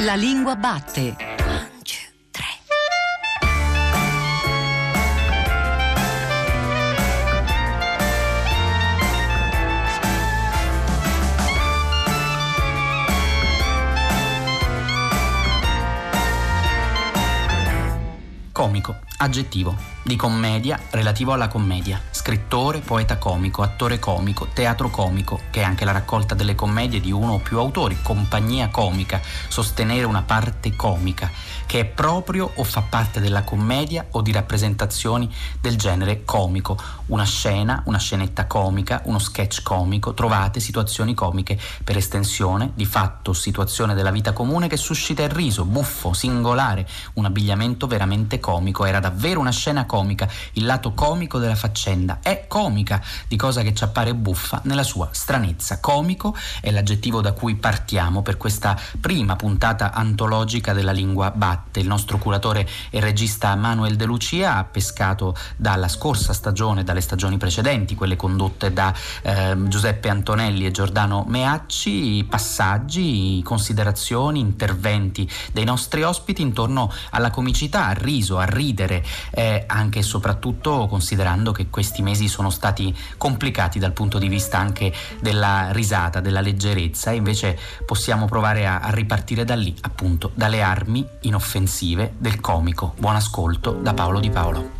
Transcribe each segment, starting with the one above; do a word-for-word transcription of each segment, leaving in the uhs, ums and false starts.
La lingua batte. Comico, aggettivo, di commedia relativo alla commedia, scrittore, poeta comico, attore comico, teatro comico, che è anche la raccolta delle commedie di uno o più autori, compagnia comica, sostenere una parte comica, che è proprio o fa parte della commedia o di rappresentazioni del genere comico, una scena, una scenetta comica, uno sketch comico, trovate situazioni comiche, per estensione, di fatto, situazione della vita comune che suscita il riso, buffo, singolare, un abbigliamento veramente comico, era davvero una scena comica, il lato comico della faccenda, è comica, di cosa che ci appare buffa nella sua stranezza. Comico è l'aggettivo da cui partiamo per questa prima puntata antologica della lingua batte. Il nostro curatore e regista Manuel De Lucia ha pescato dalla scorsa stagione, dalle stagioni precedenti, quelle condotte da eh, Giuseppe Antonelli e Giordano Meacci, passaggi, considerazioni, interventi dei nostri ospiti intorno alla comicità, al riso, a ridere, eh, anche e soprattutto considerando che questi mesi sono stati complicati dal punto di vista anche della risata, della leggerezza, e invece possiamo provare a, a ripartire da lì, appunto, dalle armi inoffensive del comico. Buon ascolto da Paolo Di Paolo.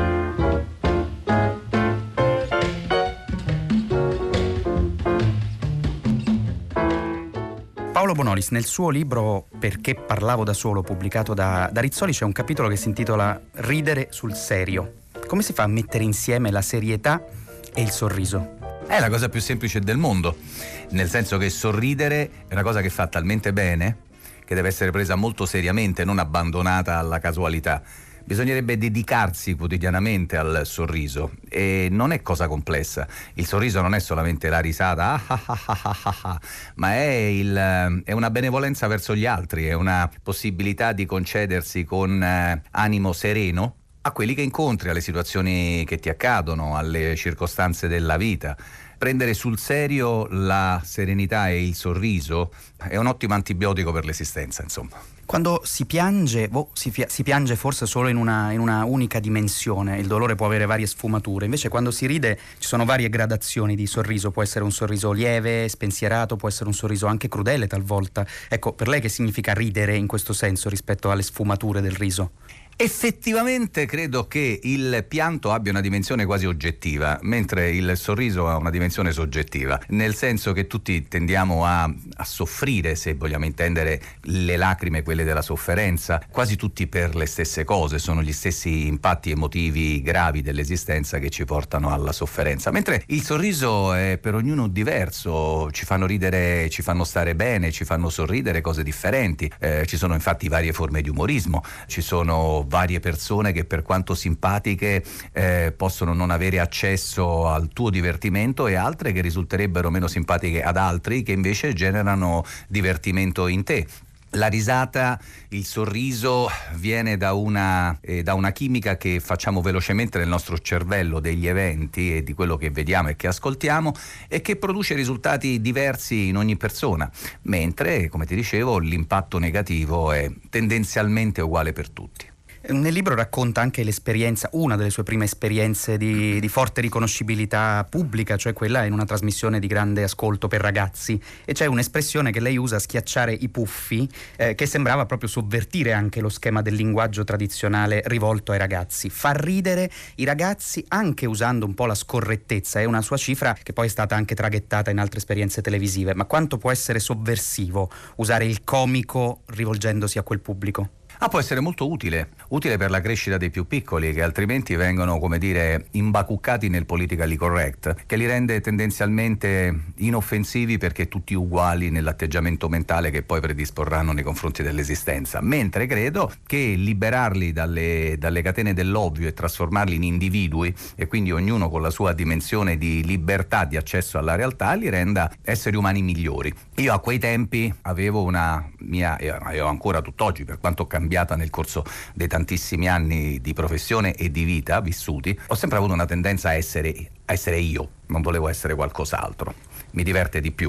Paolo Bonolis, nel suo libro Perché parlavo da solo, pubblicato da, da Rizzoli, c'è un capitolo che si intitola Ridere sul serio. Come si fa a mettere insieme la serietà e il sorriso? È la cosa più semplice del mondo, nel senso che sorridere è una cosa che fa talmente bene che deve essere presa molto seriamente, non abbandonata alla casualità. Bisognerebbe dedicarsi quotidianamente al sorriso, e non è cosa complessa. Il sorriso non è solamente la risata, ah ah ah ah ah ah, ma è, il, è una benevolenza verso gli altri, è una possibilità di concedersi con eh, animo sereno a quelli che incontri, alle situazioni che ti accadono, alle circostanze della vita. Prendere sul serio la serenità e il sorriso è un ottimo antibiotico per l'esistenza, insomma. Quando si piange, oh, si, fia- si piange forse solo in una, in una unica dimensione, il dolore può avere varie sfumature, invece quando si ride ci sono varie gradazioni di sorriso, può essere un sorriso lieve, spensierato, può essere un sorriso anche crudele talvolta. Ecco, per lei che significa ridere in questo senso rispetto alle sfumature del riso? Effettivamente credo che il pianto abbia una dimensione quasi oggettiva, mentre il sorriso ha una dimensione soggettiva, nel senso che tutti tendiamo a, a soffrire, se vogliamo intendere le lacrime, quelle della sofferenza, quasi tutti per le stesse cose, sono gli stessi impatti emotivi gravi dell'esistenza che ci portano alla sofferenza, mentre il sorriso è per ognuno diverso, ci fanno ridere, ci fanno stare bene, ci fanno sorridere cose differenti, eh, ci sono infatti varie forme di umorismo, ci sono varie persone che per quanto simpatiche eh, possono non avere accesso al tuo divertimento, e altre che risulterebbero meno simpatiche ad altri che invece generano divertimento in te. La risata, il sorriso viene da una, eh, da una chimica che facciamo velocemente nel nostro cervello degli eventi e di quello che vediamo e che ascoltiamo, e che produce risultati diversi in ogni persona, mentre, come ti dicevo, l'impatto negativo è tendenzialmente uguale per tutti. Nel libro racconta anche l'esperienza, una delle sue prime esperienze di, di forte riconoscibilità pubblica, cioè quella in una trasmissione di grande ascolto per ragazzi, e c'è un'espressione che lei usa, schiacciare i puffi, eh, che sembrava proprio sovvertire anche lo schema del linguaggio tradizionale rivolto ai ragazzi. Far ridere i ragazzi anche usando un po' la scorrettezza, è una sua cifra che poi è stata anche traghettata in altre esperienze televisive. Ma quanto può essere sovversivo usare il comico rivolgendosi a quel pubblico? Ah, può essere molto utile, utile per la crescita dei più piccoli, che altrimenti vengono, come dire, imbacuccati nel politically correct, che li rende tendenzialmente inoffensivi perché tutti uguali nell'atteggiamento mentale che poi predisporranno nei confronti dell'esistenza. Mentre credo che liberarli dalle, dalle catene dell'ovvio e trasformarli in individui, e quindi ognuno con la sua dimensione di libertà di accesso alla realtà, li renda esseri umani migliori. Io a quei tempi avevo una mia, e ho ancora tutt'oggi, per quanto cambiato nel corso dei tantissimi anni di professione e di vita vissuti, ho sempre avuto una tendenza a essere, a essere io, non volevo essere qualcos'altro. Mi diverte di più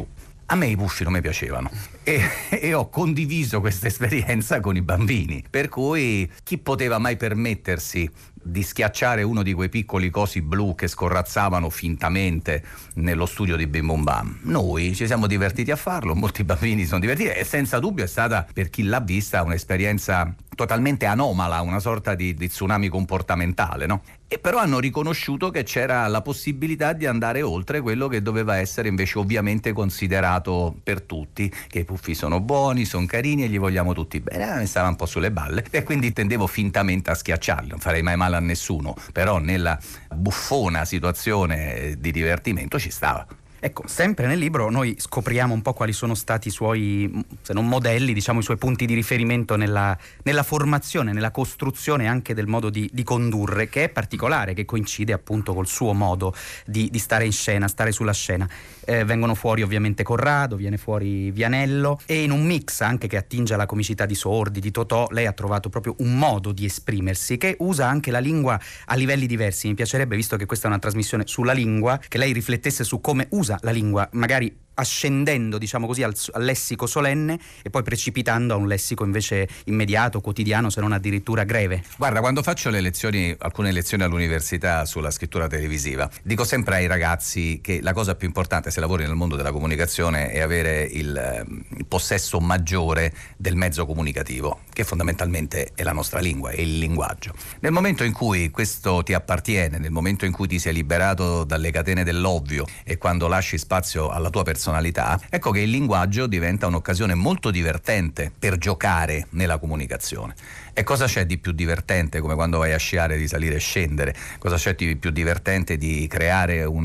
A me i Puffi non mi piacevano e, e ho condiviso questa esperienza con i bambini, per cui chi poteva mai permettersi di schiacciare uno di quei piccoli cosi blu che scorrazzavano fintamente nello studio di Bim Bum Bam? Noi ci siamo divertiti a farlo, molti bambini sono divertiti e senza dubbio è stata, per chi l'ha vista, un'esperienza totalmente anomala, una sorta di, di tsunami comportamentale, no? E però hanno riconosciuto che c'era la possibilità di andare oltre quello che doveva essere invece ovviamente considerato per tutti, che i Puffi sono buoni, sono carini e gli vogliamo tutti bene. Mi stava un po' sulle balle e quindi tendevo fintamente a schiacciarli, non farei mai male a nessuno, però nella buffona situazione di divertimento ci stava. Ecco, sempre nel libro noi scopriamo un po' quali sono stati i suoi, se non modelli, diciamo i suoi punti di riferimento nella, nella formazione, nella costruzione anche del modo di, di condurre, che è particolare, che coincide appunto col suo modo di, di stare in scena, stare sulla scena. Eh, vengono fuori ovviamente Corrado, viene fuori Vianello, e in un mix anche che attinge alla comicità di Sordi, di Totò, lei ha trovato proprio un modo di esprimersi che usa anche la lingua a livelli diversi. Mi piacerebbe, visto che questa è una trasmissione sulla lingua, che lei riflettesse su come usa la lingua, magari ascendendo, diciamo così, al, al lessico solenne e poi precipitando a un lessico invece immediato, quotidiano, se non addirittura greve. Guarda, quando faccio le lezioni, alcune lezioni all'università sulla scrittura televisiva, dico sempre ai ragazzi che la cosa più importante se lavori nel mondo della comunicazione è avere il, il possesso maggiore del mezzo comunicativo, che fondamentalmente è la nostra lingua, è il linguaggio. Nel momento in cui questo ti appartiene, nel momento in cui ti sei liberato dalle catene dell'ovvio e quando lasci spazio alla tua personalità, ecco che il linguaggio diventa un'occasione molto divertente per giocare nella comunicazione. E cosa c'è di più divertente, come quando vai a sciare, di salire e scendere? Cosa c'è di più divertente di creare un,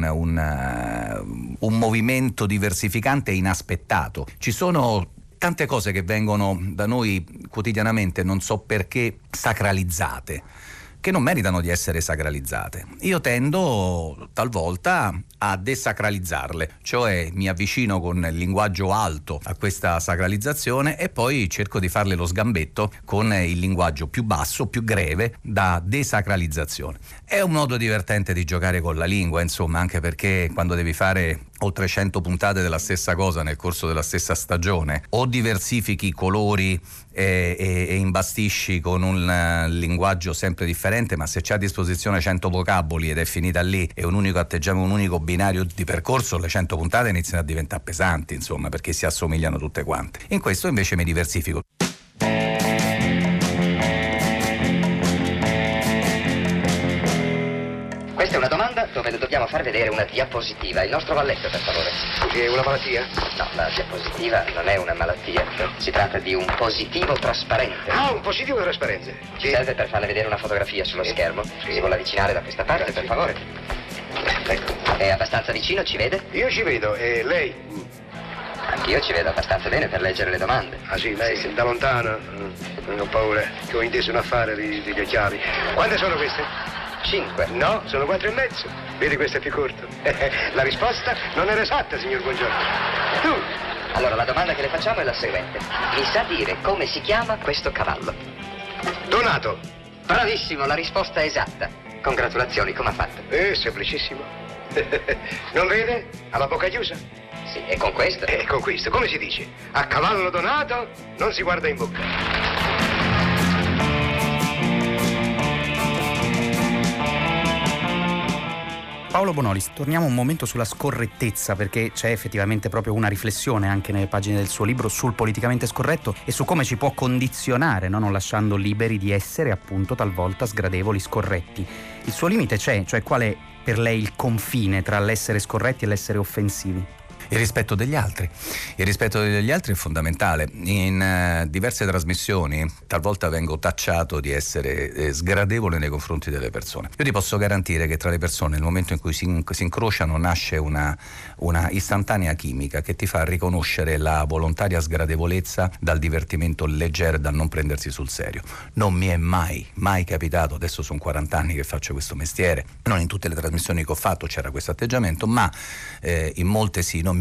un, un movimento diversificante e inaspettato? Ci sono tante cose che vengono da noi quotidianamente, non so perché, sacralizzate, che non meritano di essere sacralizzate. Io tendo talvolta a desacralizzarle, cioè mi avvicino con il linguaggio alto a questa sacralizzazione e poi cerco di farle lo sgambetto con il linguaggio più basso, più greve, da desacralizzazione. È un modo divertente di giocare con la lingua, insomma, anche perché quando devi fare oltre cento puntate della stessa cosa nel corso della stessa stagione, o diversifichi i colori e, e, e imbastisci con un uh, linguaggio sempre differente, ma se c'è a disposizione cento vocaboli ed è finita lì e un unico atteggiamento, un unico binario di percorso, le cento puntate iniziano a diventare pesanti, insomma, perché si assomigliano tutte quante. In questo invece mi diversifico. Questa è una domanda dove le dobbiamo far vedere una diapositiva. Il nostro valletto, per favore. Scusi, è una malattia? No, la diapositiva non è una malattia. Si tratta di un positivo trasparente. Ah, un positivo trasparente. Ci serve per farle vedere una fotografia sullo Sì. schermo. Sì. Si vuole avvicinare da questa parte, Grazie. per favore. Ecco. È abbastanza vicino, ci vede? Io ci vedo, e lei? Anch'io ci vedo abbastanza bene per leggere le domande. Ah sì, lei Sì, sì. da lontano? Mm, Non ho paura, che ho inteso un affare di- degli occhiali. Quante sono queste? Cinque. No, sono quattro e mezzo. Vedi, questo è più corto. La risposta non era esatta, signor Buongiorno. Tu? Allora, la domanda che le facciamo è la seguente. Mi sa dire come si chiama questo cavallo? Donato. Bravissimo, la risposta è esatta. Congratulazioni, come ha fatto? Eh, semplicissimo. Non vede? Ha la bocca chiusa? Sì, e con questo? E con questo, come si dice? A cavallo donato non si guarda in bocca. Paolo Bonolis, torniamo un momento sulla scorrettezza, perché c'è effettivamente proprio una riflessione anche nelle pagine del suo libro sul politicamente scorretto e su come ci può condizionare, no? Non lasciando liberi di essere appunto talvolta sgradevoli, scorretti. Il suo limite c'è, cioè qual è per lei il confine tra l'essere scorretti e l'essere offensivi? Il rispetto degli altri. Il rispetto degli altri è fondamentale. In uh, diverse trasmissioni talvolta vengo tacciato di essere eh, sgradevole nei confronti delle persone. Io ti posso garantire che tra le persone, nel momento in cui si, in- si incrociano, nasce una, una istantanea chimica che ti fa riconoscere la volontaria sgradevolezza dal divertimento leggero, dal non prendersi sul serio. Non mi è mai, mai capitato, adesso sono quaranta anni che faccio questo mestiere, non in tutte le trasmissioni che ho fatto c'era questo atteggiamento, ma eh, in molte sì, non mi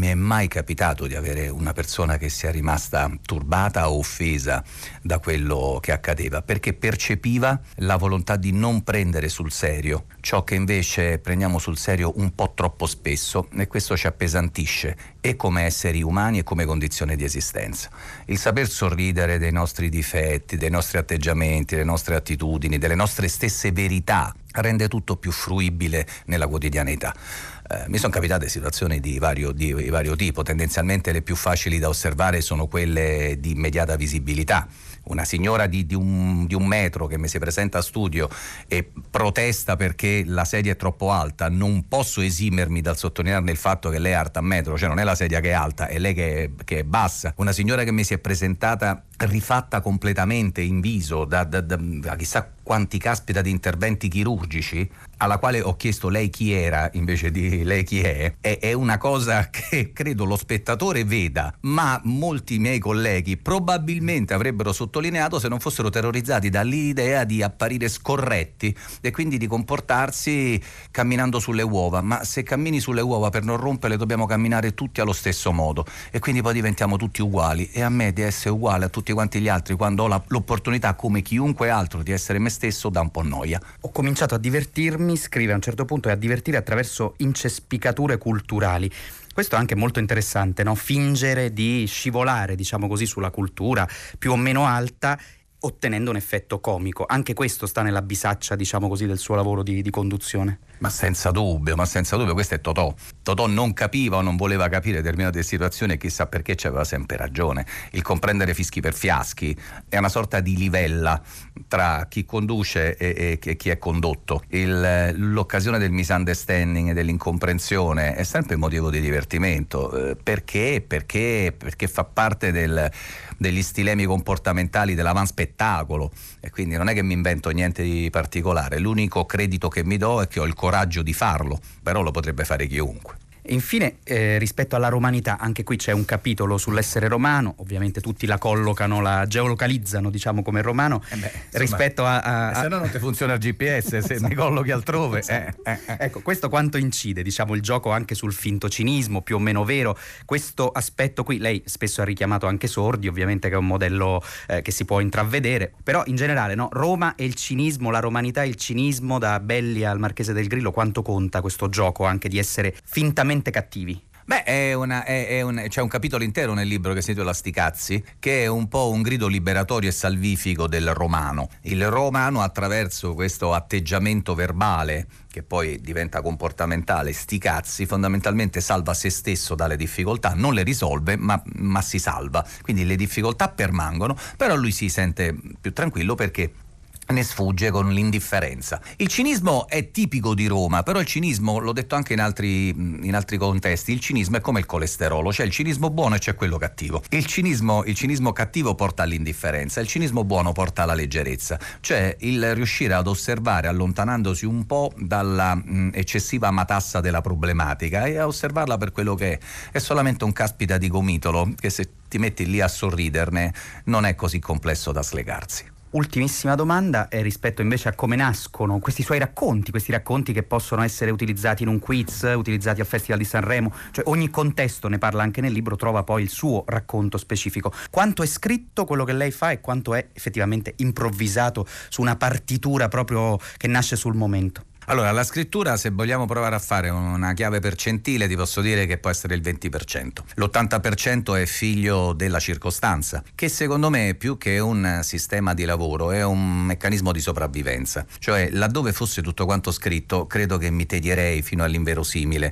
mi è mai capitato di avere una persona che sia rimasta turbata o offesa da quello che accadeva, perché percepiva la volontà di non prendere sul serio ciò che invece prendiamo sul serio un po' troppo spesso, e questo ci appesantisce e come esseri umani e come condizione di esistenza. Il saper sorridere dei nostri difetti, dei nostri atteggiamenti, delle nostre attitudini, delle nostre stesse verità rende tutto più fruibile nella quotidianità. Eh, mi sono capitate situazioni di vario, di, di vario tipo. Tendenzialmente le più facili da osservare sono quelle di immediata visibilità. Una signora di, di, un, di un metro che mi si presenta a studio e protesta perché la sedia è troppo alta, non posso esimermi dal sottolinearne il fatto che lei è alta a metro, cioè non è la sedia che è alta, è lei che è, che è bassa. Una signora che mi si è presentata rifatta completamente in viso da, da, da, da chissà quanti caspita di interventi chirurgici, alla quale ho chiesto lei chi era invece di lei chi è, è, è una cosa che credo lo spettatore veda, ma molti miei colleghi probabilmente avrebbero sottolineato se non fossero terrorizzati dall'idea di apparire scorretti e quindi di comportarsi camminando sulle uova. Ma se cammini sulle uova, per non romperle dobbiamo camminare tutti allo stesso modo, e quindi poi diventiamo tutti uguali, e a me di essere uguale a tutti quanti gli altri quando ho la, l'opportunità come chiunque altro di essere me stesso dà un po' noia. Ho cominciato a divertirmi, scrive a un certo punto, e a divertire attraverso incespicature culturali. Questo è anche molto interessante, no? Fingere di scivolare, diciamo così, sulla cultura più o meno alta, ottenendo un effetto comico. Anche questo sta nella bisaccia, diciamo così, del suo lavoro di, di conduzione. Ma senza dubbio, ma senza dubbio, questo è Totò. Totò non capiva o non voleva capire determinate situazioni e chissà perché c'aveva sempre ragione. Il comprendere fischi per fiaschi è una sorta di livella tra chi conduce e, e, e chi è condotto. Il, l'occasione del misunderstanding e dell'incomprensione è sempre motivo di divertimento. Eh, perché? Perché? Perché fa parte del, degli stilemi comportamentali dell'avanspettacolo, e quindi non è che mi invento niente di particolare. L'unico credito che mi do è che ho il coraggio di farlo, però lo potrebbe fare chiunque. E infine, eh, rispetto alla romanità, anche qui c'è un capitolo sull'essere romano. Ovviamente tutti la collocano, la geolocalizzano, diciamo, come romano. Eh beh, insomma, rispetto a, a, a... se no non ti funziona il G P S, se mi collochi altrove. Eh, eh, eh. Ecco, questo quanto incide, diciamo, il gioco anche sul finto cinismo, più o meno vero. Questo aspetto qui, lei spesso ha richiamato anche Sordi, ovviamente, che è un modello eh, che si può intravedere, però in generale, no? Roma e il cinismo, la romanità e il cinismo, da Belli al Marchese del Grillo, quanto conta questo gioco anche di essere fintamente cattivi? Beh, è una, è, è un, c'è un capitolo intero nel libro che si intitola Sti cazzi, che è un po' un grido liberatorio e salvifico del romano. Il romano, attraverso questo atteggiamento verbale che poi diventa comportamentale, sti cazzi, fondamentalmente salva se stesso dalle difficoltà, non le risolve ma, ma si salva, quindi le difficoltà permangono, però lui si sente più tranquillo perché ne sfugge con l'indifferenza. Il cinismo è tipico di Roma, però il cinismo, l'ho detto anche in altri, in altri contesti, il cinismo è come il colesterolo, c'è il cinismo buono e c'è quello cattivo. Il cinismo, il cinismo cattivo porta all'indifferenza, il cinismo buono porta alla leggerezza, cioè il riuscire ad osservare allontanandosi un po' dalla mh, eccessiva matassa della problematica e a osservarla per quello che è. È solamente un caspita di gomitolo che, se ti metti lì a sorriderne, non è così complesso da slegarsi. Ultimissima domanda è rispetto invece a come nascono questi suoi racconti, questi racconti che possono essere utilizzati in un quiz, utilizzati al Festival di Sanremo, cioè ogni contesto, ne parla anche nel libro, trova poi il suo racconto specifico. Quanto è scritto quello che lei fa e quanto è effettivamente improvvisato su una partitura proprio che nasce sul momento? Allora, la scrittura, se vogliamo provare a fare una chiave percentile, ti posso dire che può essere il venti per cento. L'ottanta per cento è figlio della circostanza, che secondo me più che un sistema di lavoro è un meccanismo di sopravvivenza. Cioè, laddove fosse tutto quanto scritto, credo che mi tedierei fino all'inverosimile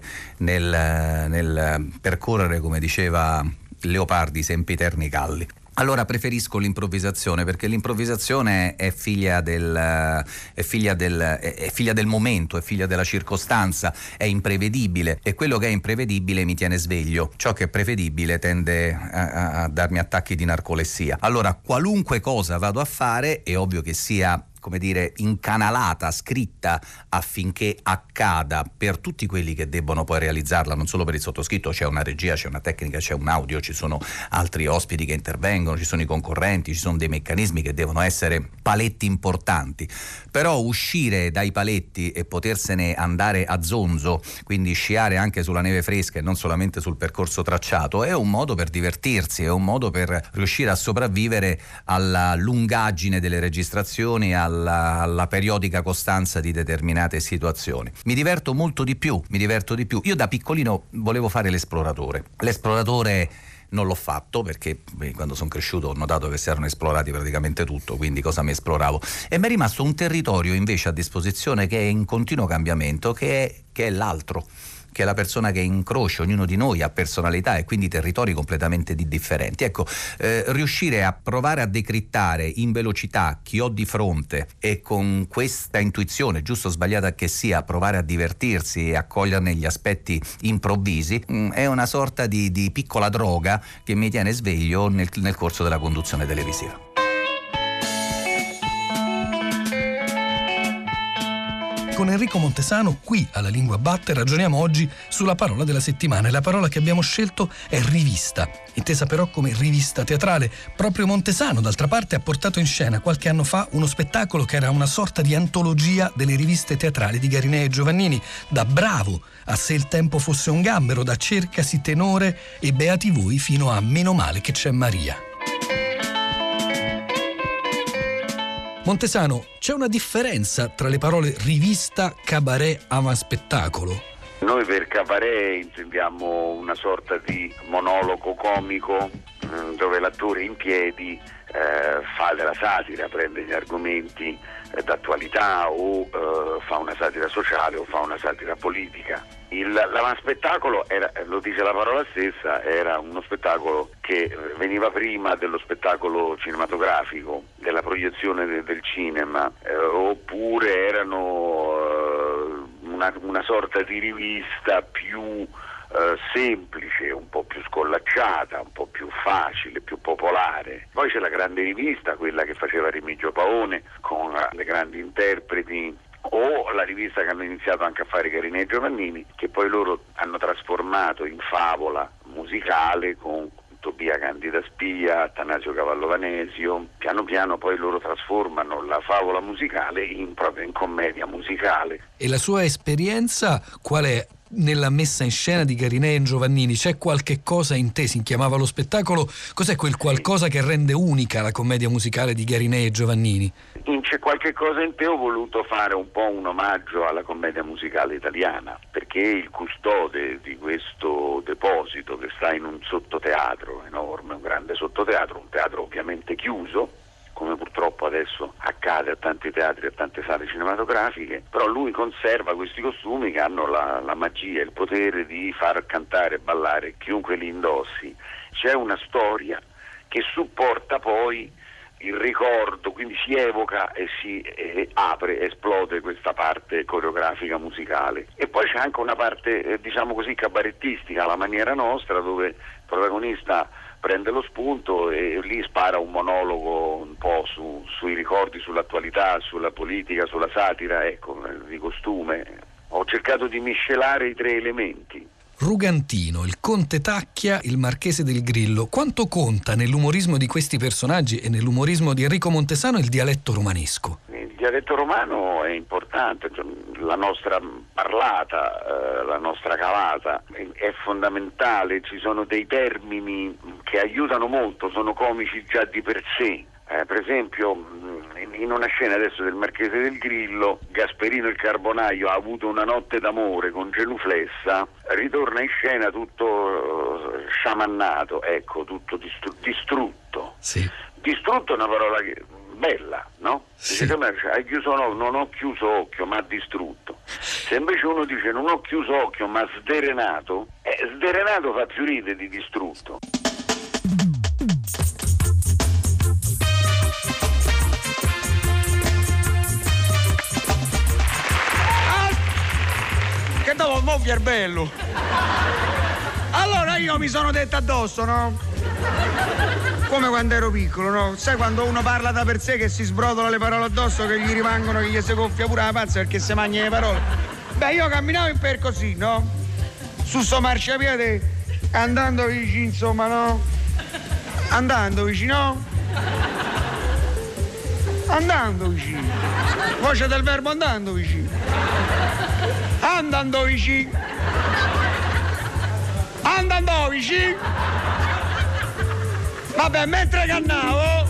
nel, nel percorrere, come diceva Leopardi, i sempiterni calli. Allora preferisco l'improvvisazione, perché l'improvvisazione è figlia del, è figlia del, è figlia del momento, è figlia della circostanza, è imprevedibile, e quello che è imprevedibile mi tiene sveglio. Ciò che è prevedibile tende a, a darmi attacchi di narcolessia. Allora, qualunque cosa vado a fare, è ovvio che sia come dire, incanalata, scritta affinché accada per tutti quelli che debbono poi realizzarla, non solo per il sottoscritto. C'è una regia, c'è una tecnica, c'è un audio, ci sono altri ospiti che intervengono, ci sono i concorrenti, ci sono dei meccanismi che devono essere paletti importanti. Però uscire dai paletti e potersene andare a zonzo, quindi sciare anche sulla neve fresca e non solamente sul percorso tracciato, è un modo per divertirsi, è un modo per riuscire a sopravvivere alla lungaggine delle registrazioni, alla, alla periodica costanza di determinate situazioni. Mi diverto molto di più, mi diverto di più. Io da piccolino volevo fare l'esploratore. L'esploratore non l'ho fatto perché beh, quando sono cresciuto ho notato che si erano esplorati praticamente tutto, quindi cosa mi esploravo? E mi è rimasto un territorio invece a disposizione che è in continuo cambiamento, che è, che è l'altro, che è la persona che incrocia. Ognuno di noi ha personalità e quindi territori completamente di differenti. Ecco, eh, riuscire a provare a decrittare in velocità chi ho di fronte e con questa intuizione, giusto o sbagliata che sia, provare a divertirsi e a coglierne gli aspetti improvvisi, mh, è una sorta di, di piccola droga che mi tiene sveglio nel, nel corso della conduzione televisiva. Con Enrico Montesano, qui alla Lingua Batte, ragioniamo oggi sulla parola della settimana, e la parola che abbiamo scelto è rivista, intesa però come rivista teatrale. Proprio Montesano, d'altra parte, ha portato in scena qualche anno fa uno spettacolo che era una sorta di antologia delle riviste teatrali di Garinei e Giovannini, da Bravo a Se il tempo fosse un gambero, da Cercasi tenore e Beati voi fino a Meno male che c'è Maria. Montesano, c'è una differenza tra le parole rivista, cabaret, avanspettacolo? Noi per cabaret intendiamo una sorta di monologo comico dove l'attore in piedi eh, fa della satira, prende gli argomenti eh, d'attualità o eh, fa una satira sociale o fa una satira politica. Il, l'avanspettacolo, era, lo dice la parola stessa, era uno spettacolo che veniva prima dello spettacolo cinematografico, della proiezione de, del cinema, eh, oppure erano eh, una, una sorta di rivista più eh, semplice, un po' più scollacciata, un po' più facile, più popolare. Poi c'è la grande rivista, quella che faceva Remigio Paone con le grandi interpreti, o la rivista che hanno iniziato anche a fare Garinei e Giovannini, che poi loro hanno trasformato in favola musicale con Tobia Candida Spia, Attanasio Cavallo Vanesio. Piano piano poi loro trasformano la favola musicale in proprio in commedia musicale. E la sua esperienza qual è nella messa in scena di Garinei e Giovannini? C'è qualche cosa in te? Si chiamava lo spettacolo. Cos'è quel qualcosa che rende unica la commedia musicale di Garinei e Giovannini? In C'è qualche cosa in te ho voluto fare un po' un omaggio alla commedia musicale italiana, perché il custode di questo deposito, che sta in un sottoteatro enorme, un grande sottoteatro, un teatro ovviamente chiuso, come purtroppo adesso accade a tanti teatri e a tante sale cinematografiche, però lui conserva questi costumi che hanno la, la magia, il potere di far cantare e ballare chiunque li indossi. C'è una storia che supporta poi il ricordo, quindi si evoca e si eh, apre, esplode questa parte coreografica musicale. E poi c'è anche una parte, eh, diciamo così, cabarettistica, alla maniera nostra, dove il protagonista prende lo spunto e lì spara un monologo un po' su, sui ricordi, sull'attualità, sulla politica, sulla satira, ecco, di costume. Ho cercato di miscelare i tre elementi. Rugantino, il conte Tacchia, il marchese del Grillo. Quanto conta nell'umorismo di questi personaggi e nell'umorismo di Enrico Montesano il dialetto romanesco? Il dialetto romano è importante, la nostra parlata, eh, la nostra calata è fondamentale, ci sono dei termini che aiutano molto, sono comici già di per sé. Eh, per esempio, in una scena adesso del Marchese del Grillo, Gasperino il Carbonaio ha avuto una notte d'amore con Genuflessa, ritorna in scena tutto uh, sciamannato, ecco, tutto distru- distrutto. Sì. Distrutto è una parola che, bella, no? Sì. Dice, hai chiuso, no, non ho chiuso occhio, ma distrutto. Se invece uno dice non ho chiuso occhio, ma sderenato, eh, sderenato fa più ride di distrutto. Che dopo mo' Fierbello. Allora io mi sono detto addosso, no? Come quando ero piccolo, no? Sai quando uno parla da per sé che si sbrotola le parole addosso, che gli rimangono, che gli si gonfia pure la pazza perché si mangia le parole? Beh, io camminavo in per così, no? Su sto marciapiede, andando vicino, insomma, no? Andando vicino, andando vicino. Voce del verbo andando vicino. Andando vicino. Andando vicino. Vabbè, mentre cannavo.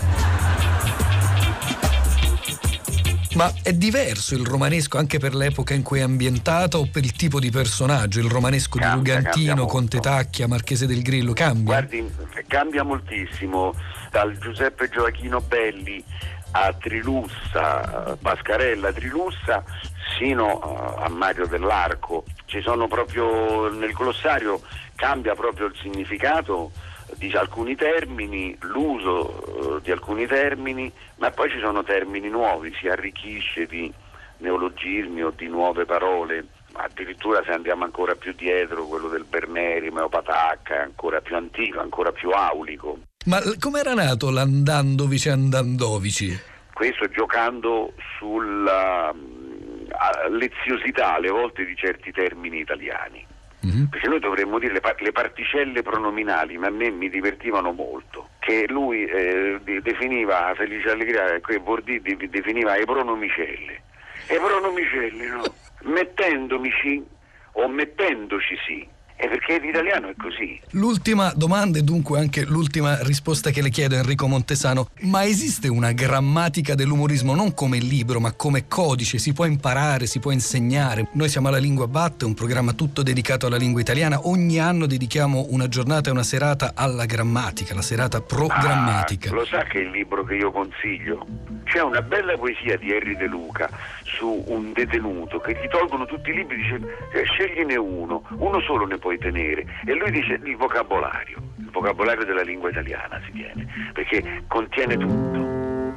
Ma è diverso il romanesco anche per l'epoca in cui è ambientato o per il tipo di personaggio? Il romanesco Cambia, di Rugantino, Conte molto. Tacchia, Marchese del Grillo, cambia? Guardi, cambia moltissimo, dal Giuseppe Gioachino Belli a Trilussa, Pascarella Trilussa, sino a Mario dell'Arco. Ci sono proprio, nel glossario cambia proprio il significato di alcuni termini, l'uso eh, di alcuni termini, ma poi ci sono termini nuovi, si arricchisce di neologismi o di nuove parole. Addirittura se andiamo ancora più dietro, quello del Berneri, Meopatacca, è ancora più antico, ancora più aulico. Ma com'era nato l'Andandovici Andandovici? Questo giocando sulla uh, leziosità alle volte di certi termini italiani. Mm-hmm. Perché noi dovremmo dire le, par- le particelle pronominali, ma a me mi divertivano molto, che lui eh, de- definiva Felice Allegria, che Bordi de- definiva i pronomicelle. E pronomicelle, no? Mettendomici o mettendoci sì. È perché l'italiano è così. L'ultima domanda e dunque anche l'ultima risposta che le chiedo, Enrico Montesano: ma esiste una grammatica dell'umorismo non come libro ma come codice? Si può imparare, si può insegnare? Noi siamo alla Lingua Batte, un programma tutto dedicato alla lingua italiana. Ogni anno dedichiamo una giornata e una serata alla grammatica, la serata pro grammatica. Ah, lo sa che è il libro che io consiglio? C'è una bella poesia di Henry De Luca su un detenuto che gli tolgono tutti i libri, dice eh, scegliene uno, uno solo ne puoi tenere, e lui dice il vocabolario, il vocabolario della lingua italiana si tiene, perché contiene tutto.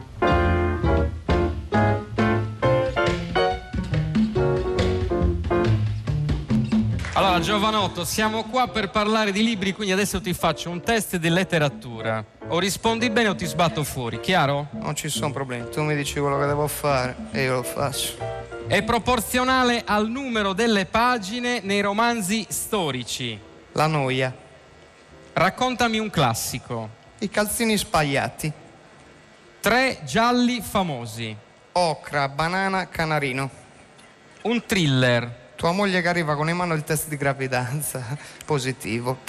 Allora giovanotto, siamo qua per parlare di libri, quindi adesso ti faccio un test di letteratura. O rispondi bene o ti sbatto fuori, chiaro? Non ci sono problemi, tu mi dici quello che devo fare e io lo faccio. È proporzionale al numero delle pagine nei romanzi storici. La noia. Raccontami un classico. I calzini spagliati. Tre gialli famosi. Ocra, banana, canarino. Un thriller. Tua moglie che arriva con in mano il test di gravidanza positivo.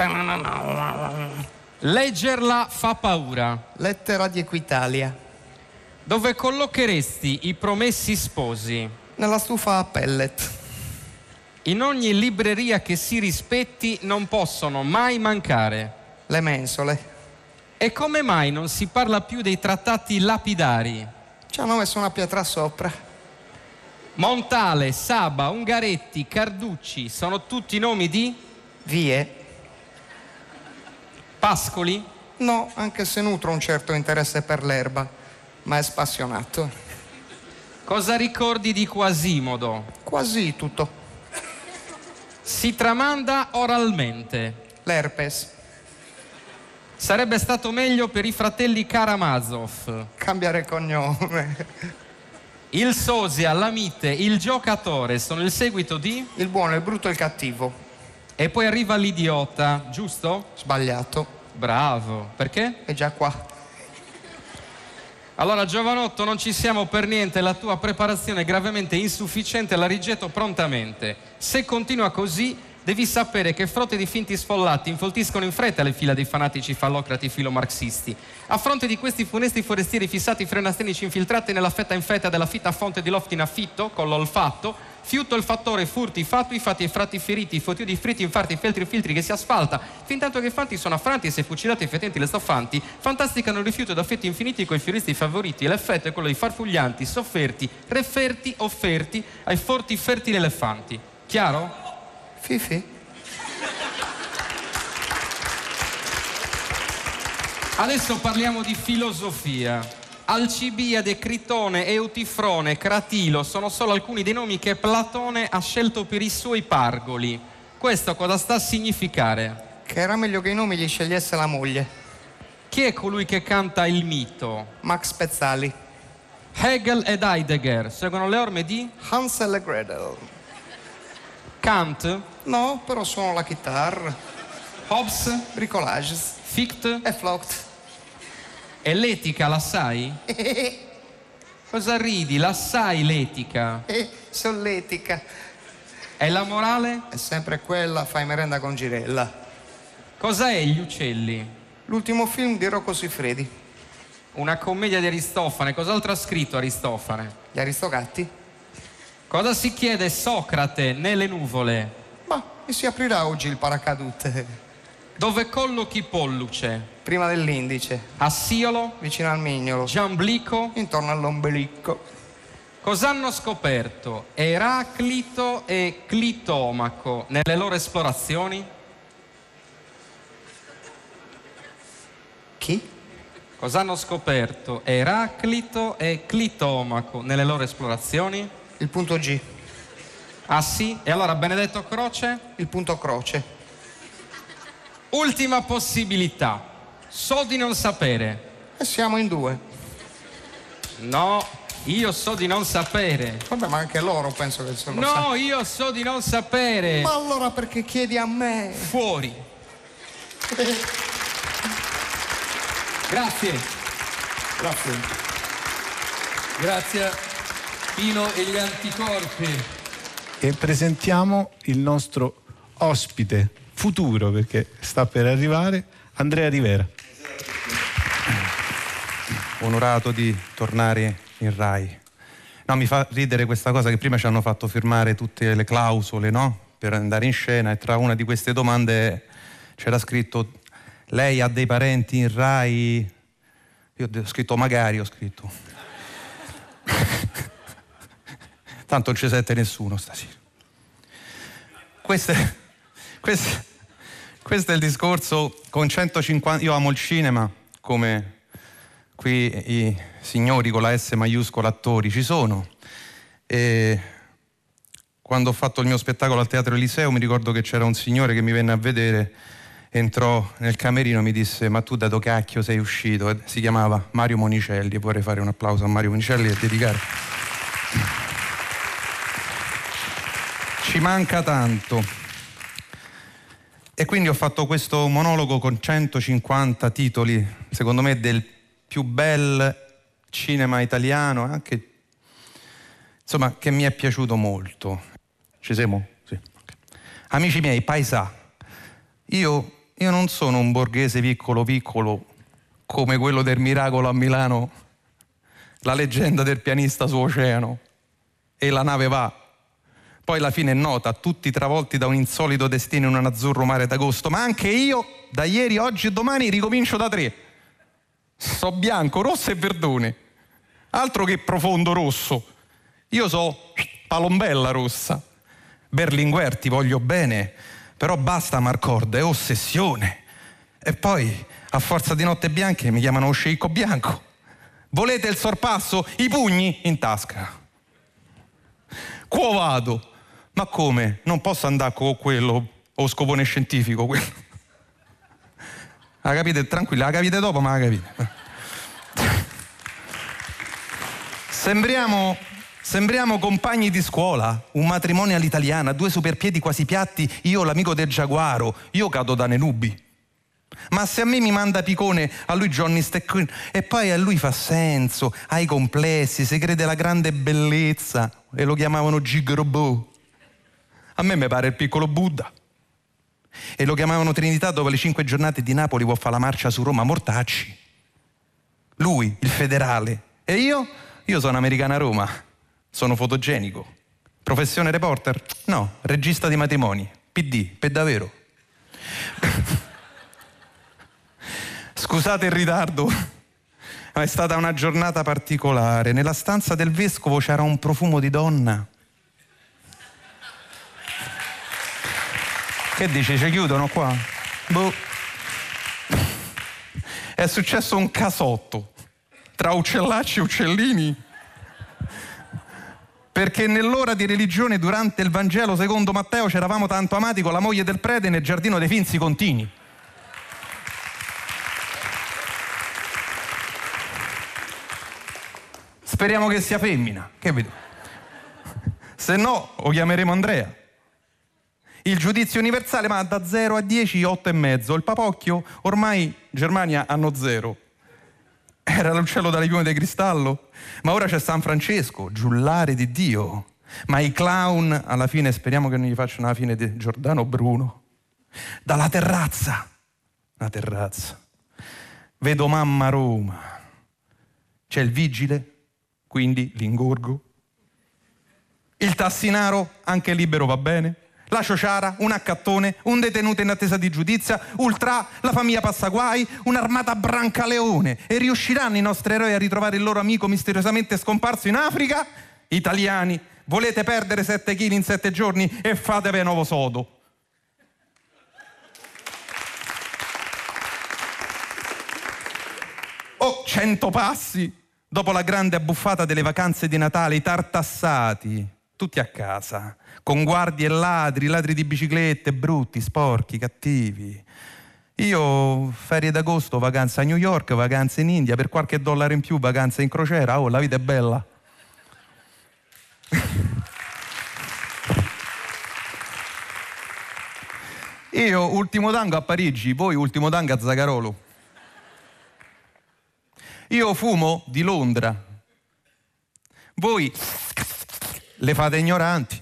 Leggerla fa paura. Lettera di Equitalia. Dove collocheresti i promessi sposi? Nella stufa a pellet. In ogni libreria che si rispetti non possono mai mancare le mensole. E come mai non si parla più dei trattati lapidari? Ci hanno messo una pietra sopra. Montale, Saba, Ungaretti, Carducci sono tutti nomi di? Vie. Pascoli? No, anche se nutro un certo interesse per l'erba, ma è spassionato. Cosa ricordi di Quasimodo? Quasi tutto. Si tramanda oralmente. L'herpes. Sarebbe stato meglio per i fratelli Karamazov cambiare cognome. Il sosia, la mite, il giocatore sono il seguito di? Il buono, il brutto e il cattivo. E poi arriva l'idiota, giusto? Sbagliato. Bravo. Perché? È già qua. Allora giovanotto, non ci siamo per niente, la tua preparazione è gravemente insufficiente, la rigetto prontamente. Se continua così devi sapere che frotte di finti sfollati infoltiscono in fretta le fila dei fanatici fallocrati filomarxisti. A fronte di questi funesti forestieri fissati frenastenici infiltrati nella fetta infetta della fitta fonte di loft in affitto, con l'olfatto, fiutto il fattore, furti, fatui, fatti e fratti feriti, fotio di fritti, infarti, feltri e filtri che si asfalta, fin tanto che fanti sono affranti e se fucilati e fetenti le stoffanti, fantasticano il rifiuto d'affetti infiniti coi fioristi favoriti, e l'effetto è quello di farfuglianti, sofferti, referti, offerti ai forti fertili elefanti. Chiaro? Fifi. Adesso parliamo di filosofia. Alcibiade, Critone, Eutifrone, Cratilo sono solo alcuni dei nomi che Platone ha scelto per i suoi pargoli. Questo cosa sta a significare? Che era meglio che i nomi li scegliesse la moglie. Chi è colui che canta il mito? Max Pezzali. Hegel ed Heidegger seguono le orme di? Hansel e Gretel. Kant? No, però suono la chitarra. Hobbes? Bricolages. Fichte? E Flocht. E l'etica la sai? Cosa ridi? La sai l'etica? Eh, solletica. E la morale? È sempre quella, fai merenda con Girella. Cos'è Gli uccelli? L'ultimo film di Rocco Siffredi. Una commedia di Aristofane. Cos'altro ha scritto Aristofane? Gli Aristogatti? Cosa si chiede Socrate nelle nuvole? Ma e si aprirà oggi il paracadute? Dove collochi Polluce? Prima dell'indice. Assiolo? Vicino al mignolo. Giamblico? Intorno all'ombelico. Cos'hanno scoperto Eraclito e Clitomaco nelle loro esplorazioni? Chi? Cos'hanno scoperto Eraclito e Clitomaco nelle loro esplorazioni? Il punto G. Ah sì? E allora Benedetto Croce? Il punto croce. Ultima possibilità. So di non sapere. E siamo in due. No, io so di non sapere. Vabbè, ma anche loro penso che se lo No, sa. io so di non sapere. Ma allora perché chiedi a me? Fuori. Grazie. Grazie. Grazie a Pino e gli anticorpi. E presentiamo il nostro ospite futuro, perché sta per arrivare, Andrea Rivera. Onorato di tornare in Rai. No, mi fa ridere questa cosa che prima ci hanno fatto firmare tutte le clausole, no? Per andare in scena, e tra una di queste domande c'era scritto: lei ha dei parenti in Rai? Io ho scritto magari, ho scritto. Tanto non ci sente nessuno stasera. Questo è, questo, questo è il discorso con centocinquanta... Io amo il cinema, come qui i signori con la S maiuscola attori ci sono. E quando ho fatto il mio spettacolo al Teatro Eliseo mi ricordo che c'era un signore che mi venne a vedere, entrò nel camerino e mi disse: ma tu da dove cacchio sei uscito? E si chiamava Mario Monicelli, e vorrei fare un applauso a Mario Monicelli e dedicare. Ci manca tanto. E quindi ho fatto questo monologo con centocinquanta titoli, secondo me del più bel cinema italiano, anche insomma, che mi è piaciuto molto. Ci siamo? Sì. Okay. Amici miei, paesà, io, io non sono un borghese piccolo piccolo come quello del Miracolo a Milano, la leggenda del pianista su oceano, e la nave va. Poi la fine è nota, tutti travolti da un insolito destino in un azzurro mare d'agosto, ma anche io, da ieri, oggi e domani, ricomincio da tre. So bianco, rosso e verdone, altro che profondo rosso. Io so palombella rossa. Berlinguer, ti voglio bene, però basta Marcord, è ossessione. E poi, a forza di notte bianche, mi chiamano sceicco bianco. Volete il sorpasso? I pugni in tasca. Quo vado? Ma come? Non posso andare con quello, o scopone scientifico, quello. La capite? Tranquilla, la capite dopo, ma la capite. Sembriamo, sembriamo compagni di scuola, un matrimonio all'italiana, due superpiedi quasi piatti, io l'amico del giaguaro, io cado da Nenubi. Ma se a me mi manda Picone, a lui Johnny Stecchino, e poi a lui fa senso, ha i complessi, si crede la grande bellezza, e lo chiamavano Gigrobò. A me mi pare il piccolo Buddha. E lo chiamavano Trinità, dove le cinque giornate di Napoli può fare la marcia su Roma, mortacci. Lui, il federale. E io? Io sono americana a Roma. Sono fotogenico. Professione reporter? No, regista di matrimoni. P D, per davvero. Scusate il ritardo, ma è stata una giornata particolare. Nella stanza del vescovo c'era un profumo di donna. Che dici, ci chiudono qua? Boh. È successo un casotto tra uccellacci e uccellini, perché nell'ora di religione durante il Vangelo secondo Matteo c'eravamo tanto amati con la moglie del prete nel giardino dei Finzi Contini. Speriamo che sia femmina, che vedo. Se no, lo chiameremo Andrea. Il giudizio universale, ma da zero a dieci, otto e mezzo. Il papocchio, ormai Germania hanno zero. Era l'uccello dalle piume di cristallo, ma ora c'è San Francesco, giullare di Dio. Ma i clown, alla fine, speriamo che non gli facciano la fine di Giordano Bruno. Dalla terrazza, la terrazza, vedo mamma Roma. C'è il vigile, quindi l'ingorgo. Il tassinaro, anche libero va bene. La ciociara, un accattone, un detenuto in attesa di giudizia, ultra, la famiglia Passaguai, un'armata Brancaleone. E riusciranno i nostri eroi a ritrovare il loro amico misteriosamente scomparso in Africa? Italiani, volete perdere sette chili in sette giorni e fatevi nuovo sodo. Oh, cento passi dopo la grande abbuffata delle vacanze di Natale, i tartassati, tutti a casa, con guardie e ladri, ladri di biciclette, brutti, sporchi, cattivi. Io, ferie d'agosto, vacanza a New York, vacanza in India, per qualche dollaro in più, vacanza in crociera. Oh, la vita è bella. Io, ultimo tango a Parigi, voi ultimo tango a Zagarolo. Io fumo di Londra, voi le fate ignoranti.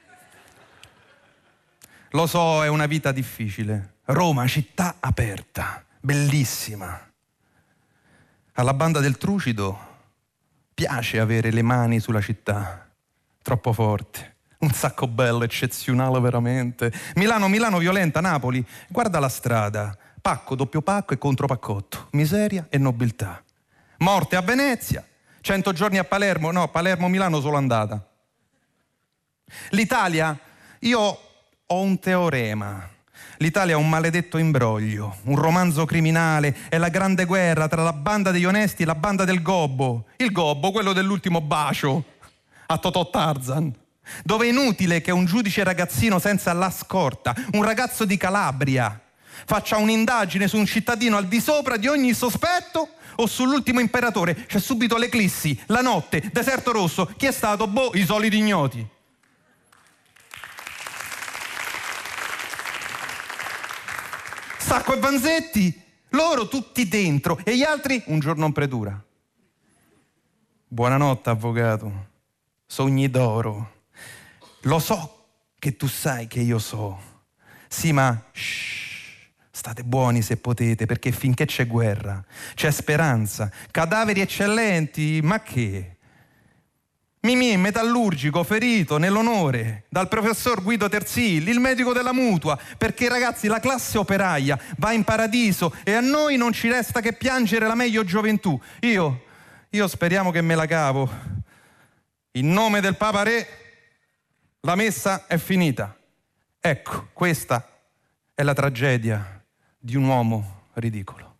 Lo so, è una vita difficile. Roma, città aperta, bellissima. Alla banda del Trucido piace avere le mani sulla città, troppo forte. Un sacco bello, eccezionale veramente. Milano, Milano violenta, Napoli, guarda la strada, pacco, doppio pacco e contropaccotto, miseria e nobiltà. Morte a Venezia, cento giorni a Palermo, no, Palermo-Milano solo andata. L'Italia, io ho un teorema. L'Italia è un maledetto imbroglio, un romanzo criminale, è la grande guerra tra la banda degli onesti e la banda del gobbo. Il gobbo, quello dell'ultimo bacio a Totò Tarzan, dove è inutile che un giudice ragazzino senza la scorta, un ragazzo di Calabria, faccia un'indagine su un cittadino al di sopra di ogni sospetto o sull'ultimo imperatore. C'è subito l'eclissi, la notte, deserto rosso. Chi è stato? Boh, i soliti ignoti. Sacco e Vanzetti, loro tutti dentro e gli altri un giorno in predura. Buonanotte, avvocato. Sogni d'oro. Lo so che tu sai che io so. Sì, ma shh. State buoni se potete, perché finché c'è guerra, c'è speranza, cadaveri eccellenti, ma che? Mimì, metallurgico, ferito nell'onore dal professor Guido Terzilli, il medico della mutua, perché ragazzi la classe operaia va in paradiso e a noi non ci resta che piangere la meglio gioventù. Io, io speriamo che me la cavo. In nome del Papa Re, la messa è finita. Ecco, questa è la tragedia di un uomo ridicolo.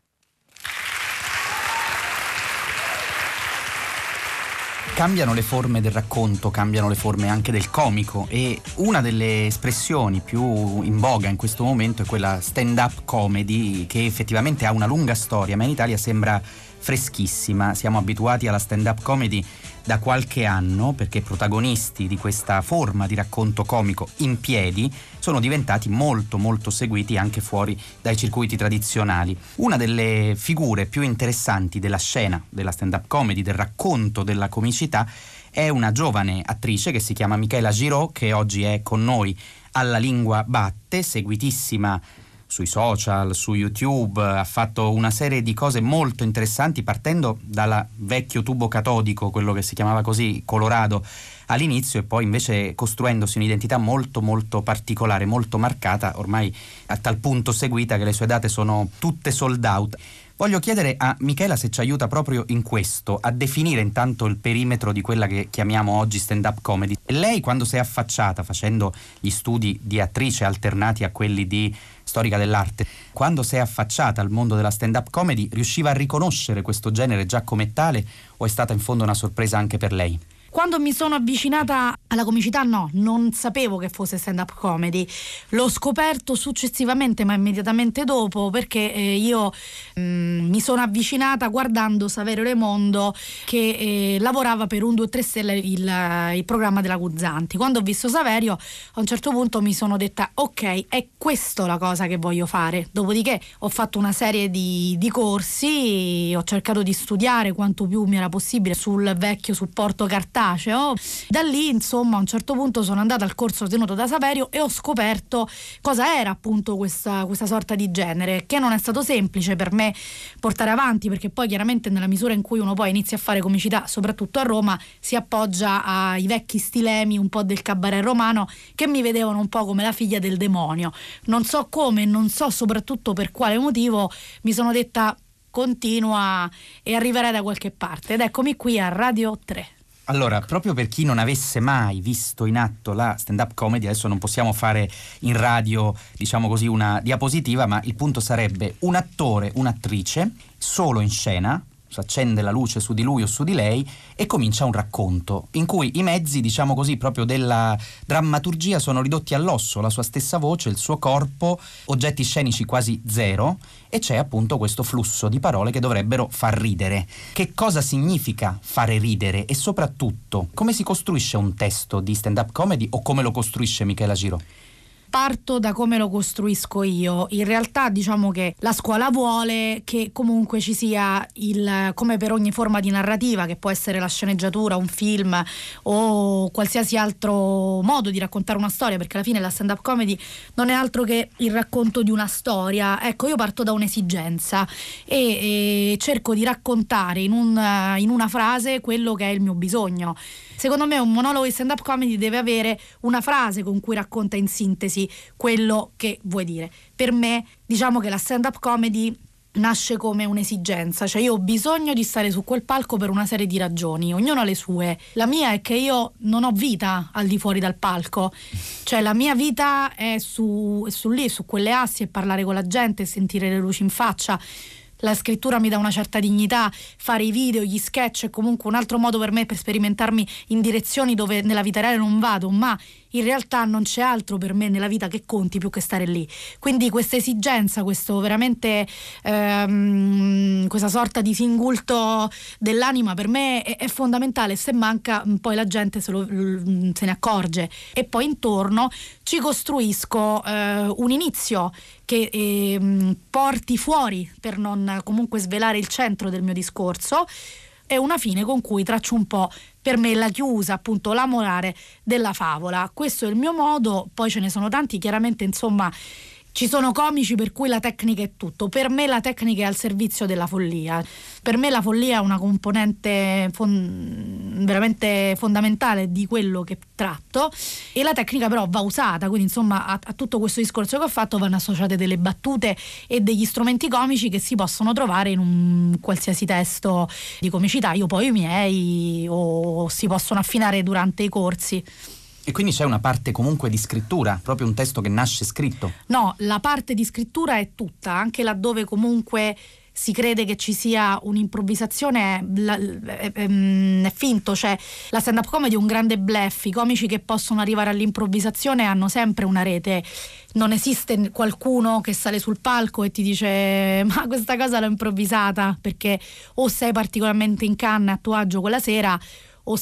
Cambiano le forme del racconto, cambiano le forme anche del comico e una delle espressioni più in voga in questo momento è quella stand-up comedy, che effettivamente ha una lunga storia, ma in Italia sembra freschissima. Siamo abituati alla stand-up comedy da qualche anno perché protagonisti di questa forma di racconto comico in piedi sono diventati molto molto seguiti anche fuori dai circuiti tradizionali. Una delle figure più interessanti della scena della stand-up comedy, del racconto della comicità, è una giovane attrice che si chiama Michaela Giraud, che oggi è con noi alla Lingua Batte, seguitissima sui social, su YouTube, ha fatto una serie di cose molto interessanti partendo dal vecchio tubo catodico, quello che si chiamava così, Colorado, all'inizio, e poi invece costruendosi un'identità molto molto particolare, molto marcata, ormai a tal punto seguita che le sue date sono tutte sold out. Voglio chiedere a Michaela se ci aiuta proprio in questo, a definire intanto il perimetro di quella che chiamiamo oggi stand-up comedy. Lei, quando si è affacciata facendo gli studi di attrice alternati a quelli di storica dell'arte, quando si è affacciata al mondo della stand-up comedy, riusciva a riconoscere questo genere già come tale o è stata in fondo una sorpresa anche per lei? Quando mi sono avvicinata alla comicità no, non sapevo che fosse stand-up comedy, l'ho scoperto successivamente ma immediatamente dopo, perché eh, io mh, mi sono avvicinata guardando Saverio Raimondo che eh, lavorava per un due tre stelle, il, il programma della Guzzanti. Quando ho visto Saverio a un certo punto mi sono detta ok, è questo la cosa che voglio fare. Dopodiché ho fatto una serie di, di corsi, ho cercato di studiare quanto più mi era possibile sul vecchio supporto cartaceo. Da lì insomma a un certo punto sono andata al corso tenuto da Saverio e ho scoperto cosa era appunto questa, questa sorta di genere, che non è stato semplice per me portare avanti, perché poi chiaramente nella misura in cui uno poi inizia a fare comicità, soprattutto a Roma, si appoggia ai vecchi stilemi un po' del cabaret romano che mi vedevano un po' come la figlia del demonio. Non so come, non so soprattutto per quale motivo, mi sono detta continua e arriverai da qualche parte, ed eccomi qui a Radio tre. Allora, proprio per chi non avesse mai visto in atto la stand-up comedy, adesso non possiamo fare in radio, diciamo così, una diapositiva, ma il punto sarebbe un attore, un'attrice, solo in scena, si accende la luce su di lui o su di lei e comincia un racconto in cui i mezzi, diciamo così, proprio della drammaturgia sono ridotti all'osso, la sua stessa voce, il suo corpo, oggetti scenici quasi zero, e c'è appunto questo flusso di parole che dovrebbero far ridere. Che cosa significa fare ridere e soprattutto come si costruisce un testo di stand-up comedy, o come lo costruisce Michela Giraud? Parto da come lo costruisco io. In realtà diciamo che la scuola vuole che comunque ci sia il, come per ogni forma di narrativa, che può essere la sceneggiatura, un film o qualsiasi altro modo di raccontare una storia, perché alla fine la stand-up comedy non è altro che il racconto di una storia. Ecco, io parto da un'esigenza e, e cerco di raccontare in, un, in una frase quello che è il mio bisogno. Secondo me un monologo di stand-up comedy deve avere una frase con cui racconta in sintesi quello che vuoi dire. Per me, diciamo che la stand-up comedy nasce come un'esigenza, cioè io ho bisogno di stare su quel palco per una serie di ragioni, ognuno ha le sue. La mia è che io non ho vita al di fuori dal palco, cioè la mia vita è su, è su lì, su quelle assi, e parlare con la gente, sentire le luci in faccia. La scrittura mi dà una certa dignità, fare i video, gli sketch è comunque un altro modo per me per sperimentarmi in direzioni dove nella vita reale non vado, ma in realtà non c'è altro per me nella vita che conti più che stare lì. Quindi questa esigenza, questo veramente ehm, questa sorta di singulto dell'anima per me è, è fondamentale. Se manca poi la gente se, lo, se ne accorge, e poi intorno ci costruisco eh, un inizio che eh, porti fuori, per non comunque svelare il centro del mio discorso, e una fine con cui traccio un po' per me la chiusa, appunto la morale della favola. Questo è il mio modo, poi ce ne sono tanti, chiaramente insomma ci sono comici per cui la tecnica è tutto. Per me la tecnica è al servizio della follia. Per me la follia è una componente fon- veramente fondamentale di quello che tratto, e la tecnica però va usata, quindi insomma a, a tutto questo discorso che ho fatto vanno associate delle battute e degli strumenti comici che si possono trovare in un qualsiasi testo di comicità, io poi i miei, o si possono affinare durante i corsi. E quindi c'è una parte comunque di scrittura, proprio un testo che nasce scritto? No, la parte di scrittura è tutta, anche laddove comunque si crede che ci sia un'improvvisazione è, è, è finto, cioè la stand-up comedy è un grande bluff, i comici che possono arrivare all'improvvisazione hanno sempre una rete, non esiste qualcuno che sale sul palco e ti dice ma questa cosa l'ho improvvisata, perché o sei particolarmente in canna a tuo agio quella sera o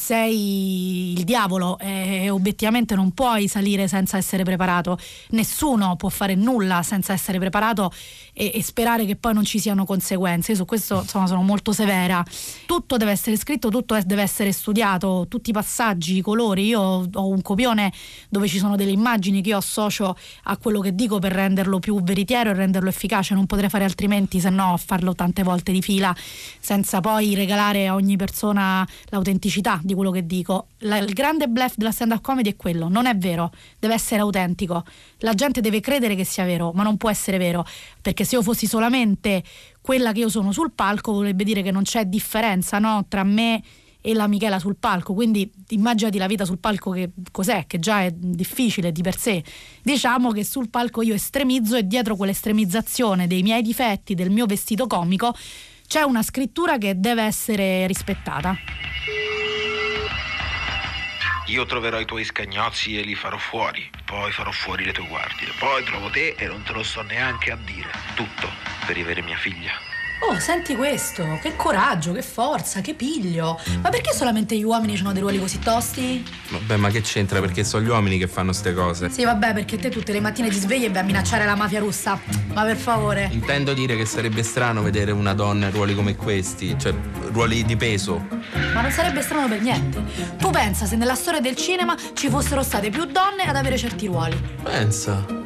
sei il diavolo, e obiettivamente non puoi salire senza essere preparato. Nessuno può fare nulla senza essere preparato e, e sperare che poi non ci siano conseguenze. Io su questo insomma sono molto severa. Tutto deve essere scritto, tutto deve essere studiato, tutti i passaggi, i colori. Io ho un copione dove ci sono delle immagini che io associo a quello che dico per renderlo più veritiero e renderlo efficace. Non potrei fare altrimenti, se no farlo tante volte di fila senza poi regalare a ogni persona l'autenticità di quello che dico. La, il grande bluff della stand-up comedy è quello, non è vero, deve essere autentico, la gente deve credere che sia vero, ma non può essere vero, perché se io fossi solamente quella che io sono sul palco vorrebbe dire che non c'è differenza, no, tra me e la Michela sul palco. Quindi immaginati la vita sul palco, che cos'è, che già è difficile di per sé. Diciamo che sul palco io estremizzo, e dietro quell'estremizzazione dei miei difetti, del mio vestito comico, c'è una scrittura che deve essere rispettata. Io troverò i tuoi scagnozzi e li farò fuori, poi farò fuori le tue guardie, poi trovo te e non te lo sto neanche a dire. Tutto per rivere mia figlia. Oh, senti questo, che coraggio, che forza, che piglio. Ma perché solamente gli uomini hanno dei ruoli così tosti? Vabbè, ma che c'entra? Perché sono gli uomini che fanno ste cose. Sì, vabbè, perché te tutte le mattine ti svegli e vai a minacciare la mafia russa. Ma per favore. Intendo dire che sarebbe strano vedere una donna in ruoli come questi, cioè ruoli di peso. Ma non sarebbe strano per niente. Tu pensa se nella storia del cinema ci fossero state più donne ad avere certi ruoli. Pensa.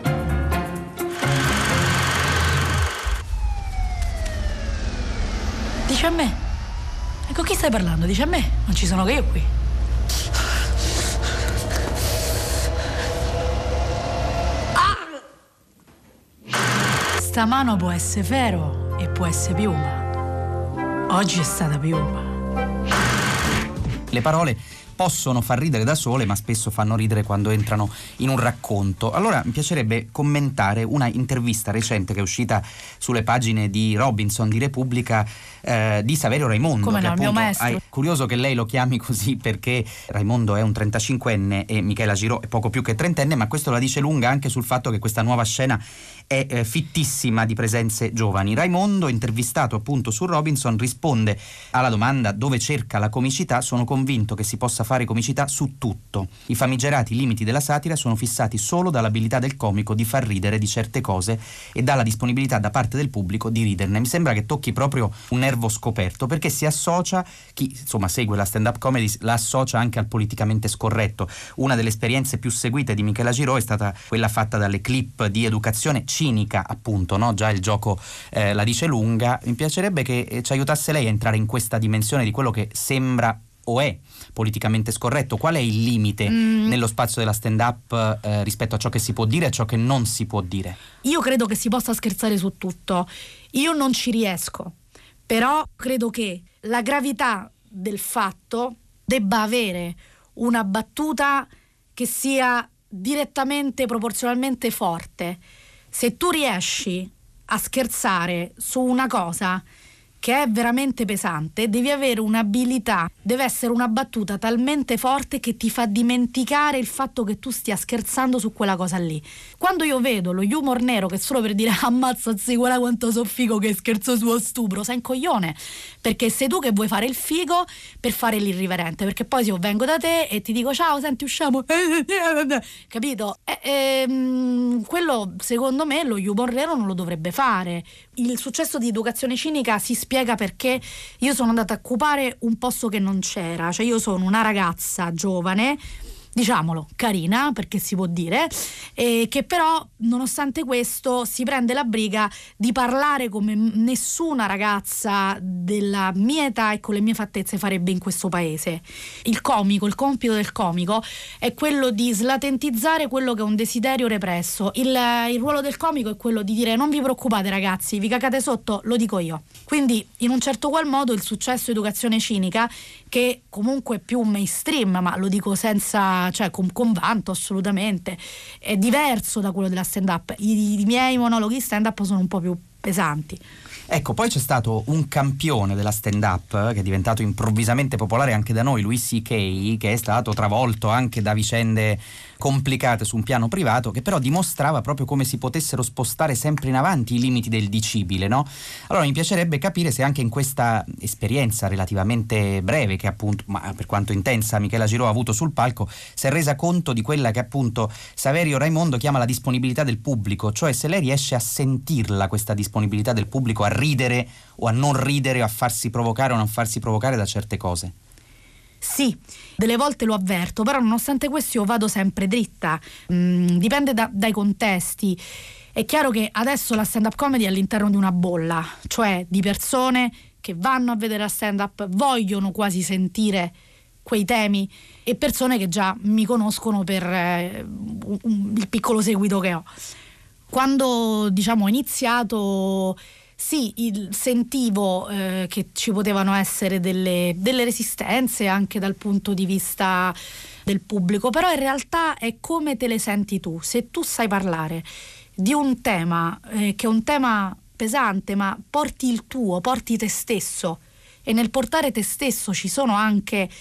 Dice a me. E con chi stai parlando? Dice a me. Non ci sono che io qui. Ah! Sta può essere ferro e può essere piuma. Oggi è stata piuma. Le parole possono far ridere da sole, ma spesso fanno ridere quando entrano in un racconto. Allora mi piacerebbe commentare una intervista recente che è uscita sulle pagine di Robinson di Repubblica eh, di Saverio Raimondo. Come che no, il mio appunto, maestro. È curioso che lei lo chiami così perché Raimondo è un trentacinquenne e Michela Girò è poco più che trentenne, ma questo la dice lunga anche sul fatto che questa nuova scena è eh, fittissima di presenze giovani. Raimondo, intervistato appunto su Robinson, risponde alla domanda dove cerca la comicità. Sono convinto che si possa fare comicità su tutto. I famigerati limiti della satira sono fissati solo dall'abilità del comico di far ridere di certe cose e dalla disponibilità da parte del pubblico di riderne. Mi sembra che tocchi proprio un nervo scoperto, perché si associa, chi insomma segue la stand-up comedy la associa anche al politicamente scorretto. Una delle esperienze più seguite di Michela Girò è stata quella fatta dalle clip di educazione cinica, appunto, no? Già il gioco eh, la dice lunga. Mi piacerebbe che eh, ci aiutasse lei a entrare in questa dimensione di quello che sembra o è politicamente scorretto. Qual è il limite mm. nello spazio della stand-up eh, rispetto a ciò che si può dire e a ciò che non si può dire? Io credo che si possa scherzare su tutto. Io non ci riesco, però credo che la gravità del fatto debba avere una battuta che sia direttamente proporzionalmente forte. Se tu riesci a scherzare su una cosa che è veramente pesante, devi avere un'abilità, deve essere una battuta talmente forte che ti fa dimenticare il fatto che tu stia scherzando su quella cosa lì. Quando io vedo lo humor nero che solo per dire ammazza zì, guarda quanto so figo che scherzo suo stupro, sei un coglione, perché sei tu che vuoi fare il figo per fare l'irriverente, perché poi se io vengo da te e ti dico ciao, senti, usciamo, capito? E, ehm, quello secondo me lo humor nero non lo dovrebbe fare. Il successo di educazione cinica si spiega perché io sono andata a occupare un posto che non c'era, cioè io sono una ragazza giovane, diciamolo, carina, perché si può dire, e che però nonostante questo si prende la briga di parlare come nessuna ragazza della mia età e con le mie fattezze farebbe in questo paese. Il comico, il compito del comico è quello di slatentizzare quello che è un desiderio represso. Il, il ruolo del comico è quello di dire non vi preoccupate ragazzi, vi cagate sotto, lo dico io. Quindi in un certo qual modo il successo educazione cinica, che comunque è più mainstream, ma lo dico senza, cioè con, con vanto assolutamente, è diverso da quello della stand-up. I, i miei monologhi stand-up sono un po' più pesanti. Ecco, poi c'è stato un campione della stand-up che è diventato improvvisamente popolare anche da noi, Louis C K, che è stato travolto anche da vicende complicate su un piano privato, che però dimostrava proprio come si potessero spostare sempre in avanti i limiti del dicibile, no? Allora mi piacerebbe capire se anche in questa esperienza relativamente breve, che appunto, ma per quanto intensa, Michela Girò ha avuto sul palco, si è resa conto di quella che appunto Saverio Raimondo chiama la disponibilità del pubblico, cioè se lei riesce a sentirla questa disponibilità del pubblico, a ridere o a non ridere, o a farsi provocare o non farsi provocare da certe cose. Sì, delle volte lo avverto, però nonostante questo io vado sempre dritta, mm, dipende da, dai contesti. È chiaro che adesso la stand-up comedy è all'interno di una bolla, cioè di persone che vanno a vedere la stand-up, vogliono quasi sentire quei temi, e persone che già mi conoscono per eh, un, un, il piccolo seguito che ho. Quando diciamo ho iniziato, sì, il, sentivo eh, che ci potevano essere delle, delle resistenze anche dal punto di vista del pubblico, però in realtà è come te le senti tu. Se tu sai parlare di un tema eh, che è un tema pesante, ma porti il tuo, porti te stesso, e nel portare te stesso ci sono anche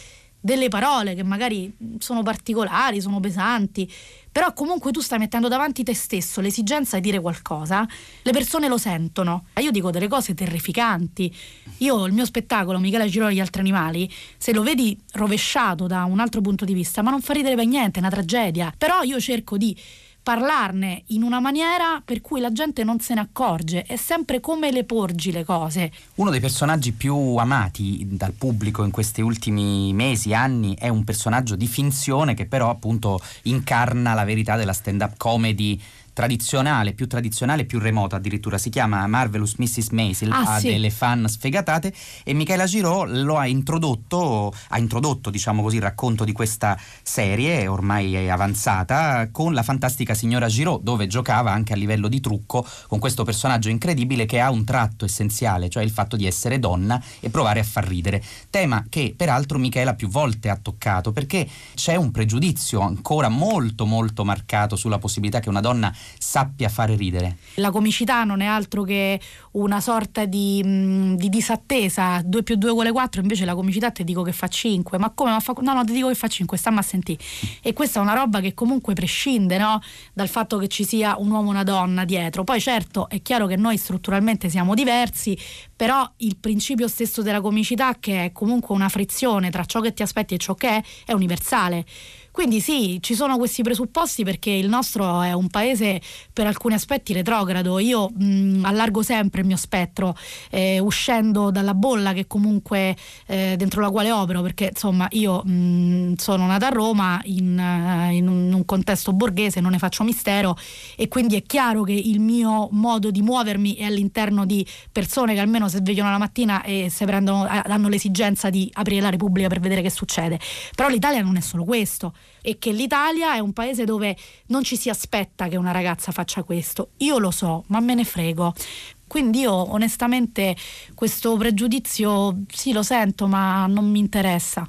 delle parole che magari sono particolari, sono pesanti, però comunque tu stai mettendo davanti te stesso l'esigenza di dire qualcosa, le persone lo sentono. Io dico delle cose terrificanti. Io il mio spettacolo Michela Girò e gli altri animali, se lo vedi rovesciato da un altro punto di vista, ma non fa ridere per niente, è una tragedia. Però io cerco di parlarne in una maniera per cui la gente non se ne accorge, è sempre come le porgi le cose. Uno dei personaggi più amati dal pubblico in questi ultimi mesi, anni, è un personaggio di finzione che però appunto incarna la verità della stand-up comedy tradizionale, più tradizionale, più remota addirittura. Si chiama Marvelous missus Maisel, ah, ha sì. delle fan sfegatate, e Michela Girò lo ha introdotto, ha introdotto diciamo così il racconto di questa serie ormai avanzata con La fantastica signora Girò, dove giocava anche a livello di trucco con questo personaggio incredibile che ha un tratto essenziale, cioè il fatto di essere donna e provare a far ridere, tema che peraltro Michela più volte ha toccato, perché c'è un pregiudizio ancora molto molto marcato sulla possibilità che una donna sappia fare ridere. La comicità non è altro che una sorta di, mh, di disattesa. Due più due uguale quattro, invece la comicità ti dico che fa cinque. Ma come? Ma fa... No, no, ti dico che fa cinque, stamma a sentire. E questa è una roba che comunque prescinde, no? Dal fatto che ci sia un uomo e una donna dietro. Poi certo è chiaro che noi strutturalmente siamo diversi, però il principio stesso della comicità, che è comunque una frizione tra ciò che ti aspetti e ciò che è, è universale. Quindi sì, ci sono questi presupposti, perché il nostro è un paese per alcuni aspetti retrogrado. Io mh, allargo sempre il mio spettro, eh, uscendo dalla bolla che comunque eh, dentro la quale opero, perché insomma io mh, sono nata a Roma in, uh, in un contesto borghese, non ne faccio mistero, e quindi è chiaro che il mio modo di muovermi è all'interno di persone che almeno si svegliano la mattina e si prendono, hanno l'esigenza di aprire la Repubblica per vedere che succede. Però l'Italia non è solo questo, e che l'Italia è un paese dove non ci si aspetta che una ragazza faccia questo. Io lo so, ma me ne frego. Quindi io onestamente questo pregiudizio sì lo sento, ma non mi interessa.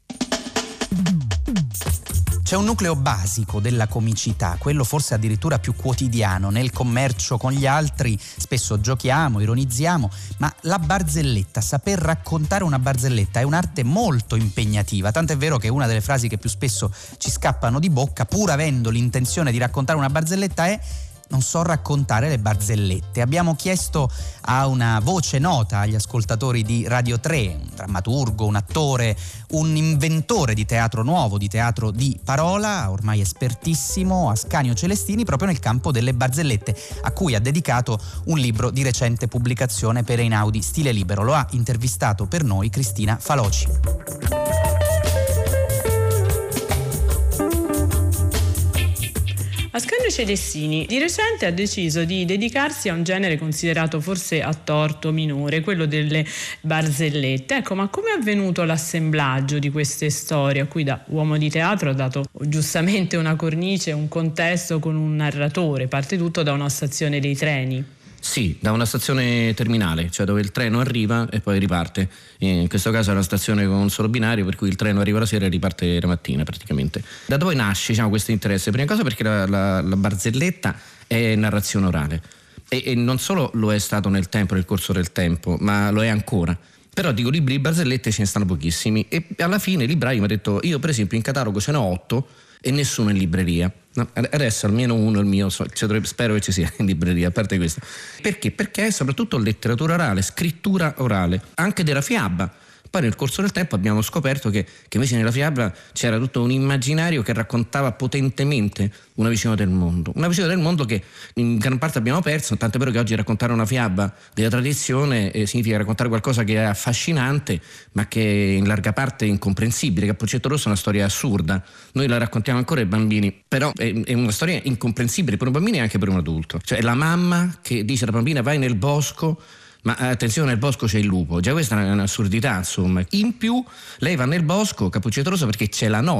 C'è un nucleo basico della comicità, quello forse addirittura più quotidiano. Nel commercio con gli altri spesso giochiamo, ironizziamo, ma la barzelletta, saper raccontare una barzelletta è un'arte molto impegnativa, tanto è vero che una delle frasi che più spesso ci scappano di bocca, pur avendo l'intenzione di raccontare una barzelletta, è: non so raccontare le barzellette. Abbiamo chiesto a una voce nota agli ascoltatori di Radio tre, un drammaturgo, un attore, un inventore di teatro nuovo, di teatro di parola, ormai espertissimo, Ascanio Celestini, proprio nel campo delle barzellette, a cui ha dedicato un libro di recente pubblicazione per Einaudi Stile Libero. Lo ha intervistato per noi Cristina Faloci. Ascanio Celestini di recente ha deciso di dedicarsi a un genere considerato forse a torto minore, quello delle barzellette. Ecco, ma come è avvenuto l'assemblaggio di queste storie, a cui da uomo di teatro ha dato giustamente una cornice, un contesto con un narratore? Parte tutto da una stazione dei treni. Sì, da una stazione terminale, cioè dove il treno arriva e poi riparte. In questo caso è una stazione con un solo binario, per cui il treno arriva la sera e riparte la mattina praticamente. Da dove nasce, diciamo, questo interesse? Prima cosa perché la, la, la barzelletta è narrazione orale e, e non solo lo è stato nel tempo, nel corso del tempo, ma lo è ancora. Però dico, libri di barzellette ce ne stanno pochissimi e alla fine il libraio mi ha detto: io per esempio in catalogo ce ne ho otto e nessuno in libreria. No, adesso almeno uno, il mio, cioè, spero che ci sia in libreria, a parte questo. Perché? Perché è soprattutto letteratura orale, scrittura orale, anche della fiaba. Poi nel corso del tempo abbiamo scoperto che, che invece nella fiaba c'era tutto un immaginario che raccontava potentemente una visione del mondo, una visione del mondo che in gran parte abbiamo perso, tanto è vero che oggi raccontare una fiaba della tradizione eh, significa raccontare qualcosa che è affascinante ma che in larga parte è incomprensibile. Cappuccetto Rosso è una storia assurda, noi la raccontiamo ancora ai bambini, però è, è una storia incomprensibile per un bambino e anche per un adulto. Cioè la mamma che dice alla bambina: vai nel bosco, ma attenzione, nel bosco c'è il lupo. Già questa è un'assurdità, insomma. In più lei va nel bosco, Cappuccetto Rosso, perché c'è la nonna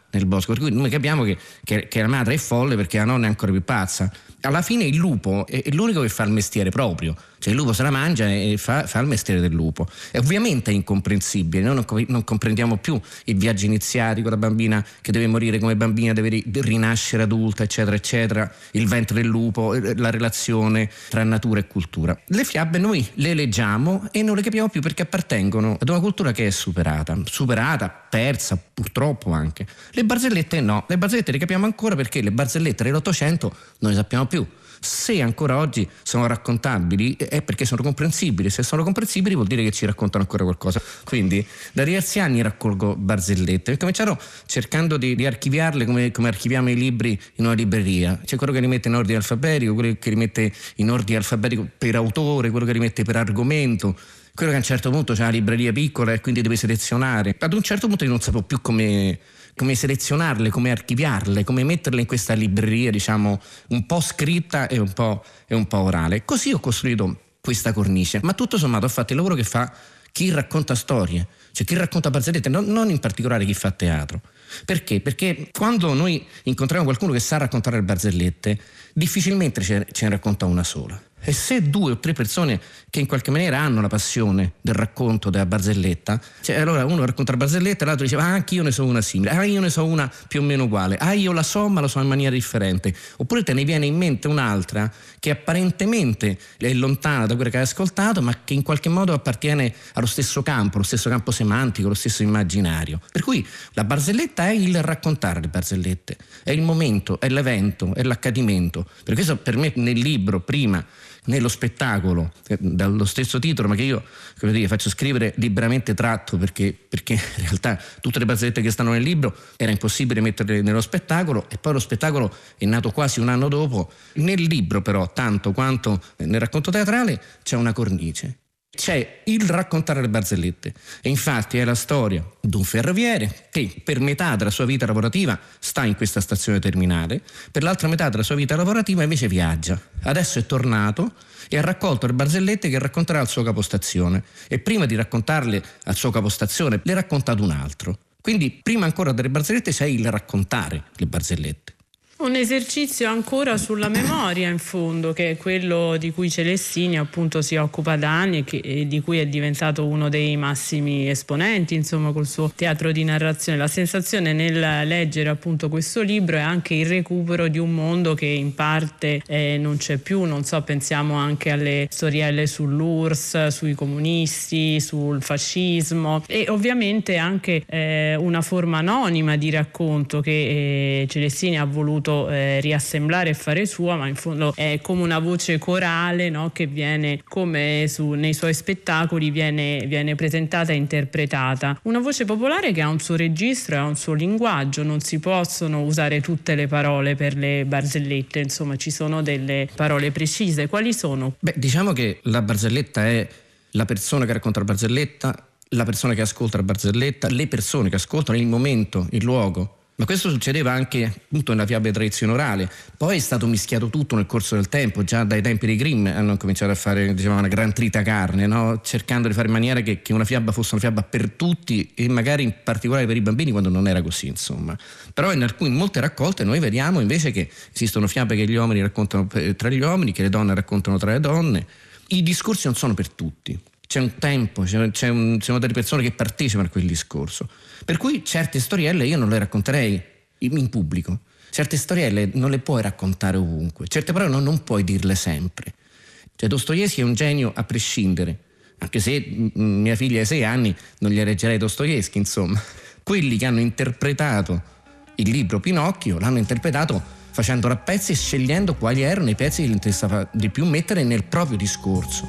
nel bosco, per cui noi capiamo che, che, che la madre è folle perché la nonna è ancora più pazza. Alla fine il lupo è, è l'unico che fa il mestiere proprio, cioè il lupo se la mangia e fa, fa il mestiere del lupo. È ovviamente incomprensibile, noi non, non comprendiamo più il viaggio iniziatico, la bambina che deve morire come bambina, deve ri, rinascere adulta, eccetera eccetera, il ventre del lupo, la relazione tra natura e cultura. Le fiabe noi le leggiamo e non le capiamo più perché appartengono ad una cultura che è superata, superata, persa purtroppo anche. Le barzellette no, le barzellette le capiamo ancora perché le barzellette dell'Ottocento non le sappiamo più. Se ancora oggi sono raccontabili è perché sono comprensibili, se sono comprensibili vuol dire che ci raccontano ancora qualcosa. Quindi da diversi anni raccolgo barzellette, ho cominciato cercando di, di archiviarle come, come archiviamo i libri in una libreria. C'è quello che li mette in ordine alfabetico, quello che li mette in ordine alfabetico per autore, quello che li mette per argomento, quello che a un certo punto c'è una libreria piccola e quindi deve selezionare. Ad un certo punto io non sapevo più come come selezionarle, come archiviarle, come metterle in questa libreria, diciamo, un po' scritta e un po', e un po' orale. Così ho costruito questa cornice, ma tutto sommato ho fatto il lavoro che fa chi racconta storie, cioè chi racconta barzellette, non, non in particolare chi fa teatro. Perché? Perché quando noi incontriamo qualcuno che sa raccontare le barzellette, difficilmente ce, ce ne racconta una sola. E se due o tre persone che in qualche maniera hanno la passione del racconto della barzelletta, cioè allora uno racconta la barzelletta e l'altro dice ah anche io ne so una simile, ah io ne so una più o meno uguale, ah io la so ma la so in maniera differente, oppure te ne viene in mente un'altra che apparentemente è lontana da quella che hai ascoltato ma che in qualche modo appartiene allo stesso campo, lo stesso campo semantico, lo stesso immaginario. Per cui la barzelletta è il raccontare le barzellette, è il momento, è l'evento, è l'accadimento. Per questo per me nel libro prima nello spettacolo, dallo stesso titolo, ma che io come dire, faccio scrivere liberamente tratto perché, perché in realtà tutte le barzellette che stanno nel libro era impossibile metterle nello spettacolo e poi lo spettacolo è nato quasi un anno dopo. Nel libro però, tanto quanto nel racconto teatrale, c'è una cornice. C'è il raccontare le barzellette e infatti è la storia di un ferroviere che per metà della sua vita lavorativa sta in questa stazione terminale, per l'altra metà della sua vita lavorativa invece viaggia. Adesso è tornato e ha raccolto le barzellette che racconterà al suo capostazione e prima di raccontarle al suo capostazione le racconta ad un altro. Quindi prima ancora delle barzellette c'è il raccontare le barzellette. Un esercizio ancora sulla memoria in fondo, che è quello di cui Celestini appunto si occupa da anni e, che, e di cui è diventato uno dei massimi esponenti, insomma, col suo teatro di narrazione. La sensazione nel leggere appunto questo libro è anche il recupero di un mondo che in parte eh, non c'è più, non so, pensiamo anche alle storielle sull'U R S S, sui comunisti, sul fascismo e ovviamente anche eh, una forma anonima di racconto che eh, Celestini ha voluto Eh, riassemblare e fare sua, ma in fondo è come una voce corale, no? Che viene come su, nei suoi spettacoli viene, viene presentata e interpretata. Una voce popolare che ha un suo registro e ha un suo linguaggio, non si possono usare tutte le parole per le barzellette, insomma ci sono delle parole precise. Quali sono? Beh, diciamo che la barzelletta è la persona che racconta la barzelletta, la persona che ascolta la barzelletta, le persone che ascoltano, il momento, il luogo. Ma questo succedeva anche appunto nella fiaba di tradizione orale, poi è stato mischiato tutto nel corso del tempo, già dai tempi dei Grimm hanno cominciato a fare, diciamo, una gran trita carne, no? Cercando di fare in maniera che, che una fiaba fosse una fiaba per tutti e magari in particolare per i bambini quando non era così, insomma. Però in, alcune, in molte raccolte noi vediamo invece che esistono fiabe che gli uomini raccontano tra gli uomini, che le donne raccontano tra le donne. I discorsi non sono per tutti. C'è un tempo, c'è, c'è un, ci sono delle persone che partecipano a quel discorso. Per cui certe storielle io non le racconterei in, in pubblico. Certe storielle non le puoi raccontare ovunque. Certe parole non, non puoi dirle sempre. Cioè Dostoevskij è un genio a prescindere. Anche se m- mia figlia ha sei anni non gli leggerei Dostoevskij, insomma. Quelli che hanno interpretato il libro Pinocchio l'hanno interpretato facendolo a pezzi e scegliendo quali erano i pezzi che gli interessava di più mettere nel proprio discorso.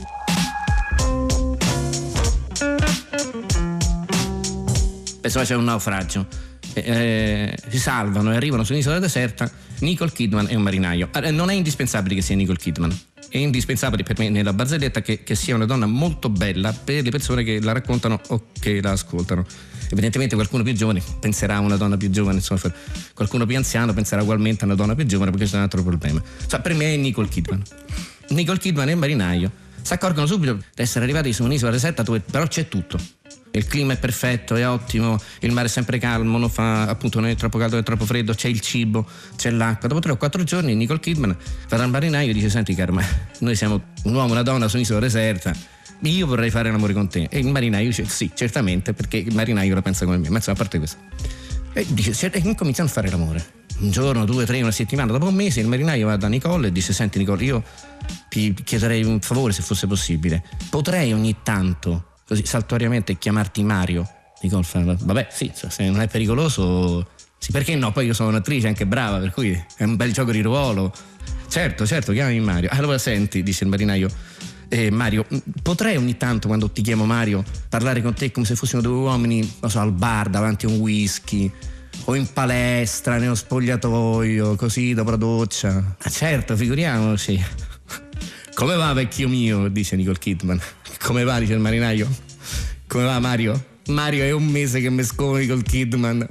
Insomma c'è un naufragio, eh, eh, si salvano e arrivano su un'isola deserta Nicole Kidman e un marinaio. Eh, non è indispensabile che sia Nicole Kidman, è indispensabile per me nella barzelletta che, che sia una donna molto bella per le persone che la raccontano o che la ascoltano. Evidentemente qualcuno più giovane penserà a una donna più giovane, insomma, qualcuno più anziano penserà ugualmente a una donna più giovane, perché c'è un altro problema. Cioè, per me è Nicole Kidman. Nicole Kidman e il marinaio si accorgono subito di essere arrivati su un'isola deserta dove però c'è tutto. il clima è perfetto, è ottimo, il mare è sempre calmo, non fa, appunto, non è troppo caldo, non è troppo freddo, c'è il cibo, c'è l'acqua. Dopo tre o quattro giorni Nicole Kidman va dal marinaio e dice: senti caro, ma noi siamo un uomo e una donna su un'isola deserta, io vorrei fare l'amore con te. E il marinaio dice: sì, certamente, perché il marinaio la pensa come me. Ma insomma, a parte questo, e dice: e cominciano a fare l'amore. Un giorno, due, tre, una settimana, dopo un mese il marinaio va da Nicole e dice: senti Nicole, io ti chiederei un favore, se fosse possibile, potrei ogni tanto così saltuariamente chiamarti Mario? Nicole fa: vabbè, sì, se non è pericoloso, sì, perché no? Poi io sono un'attrice anche brava, per cui è un bel gioco di ruolo. Certo, certo, chiamami Mario. Allora senti, dice il marinaio, eh, Mario, potrei ogni tanto, quando ti chiamo Mario, parlare con te come se fossimo due uomini, non so, al bar davanti a un whisky, o in palestra, nello spogliatoio, così dopo la doccia? Ah, certo, figuriamoci. Come va, vecchio mio? Dice Nicole Kidman. Come va? Dice il marinaio. Come va, Mario? Mario, è un mese che mi scopo Nicole Kidman.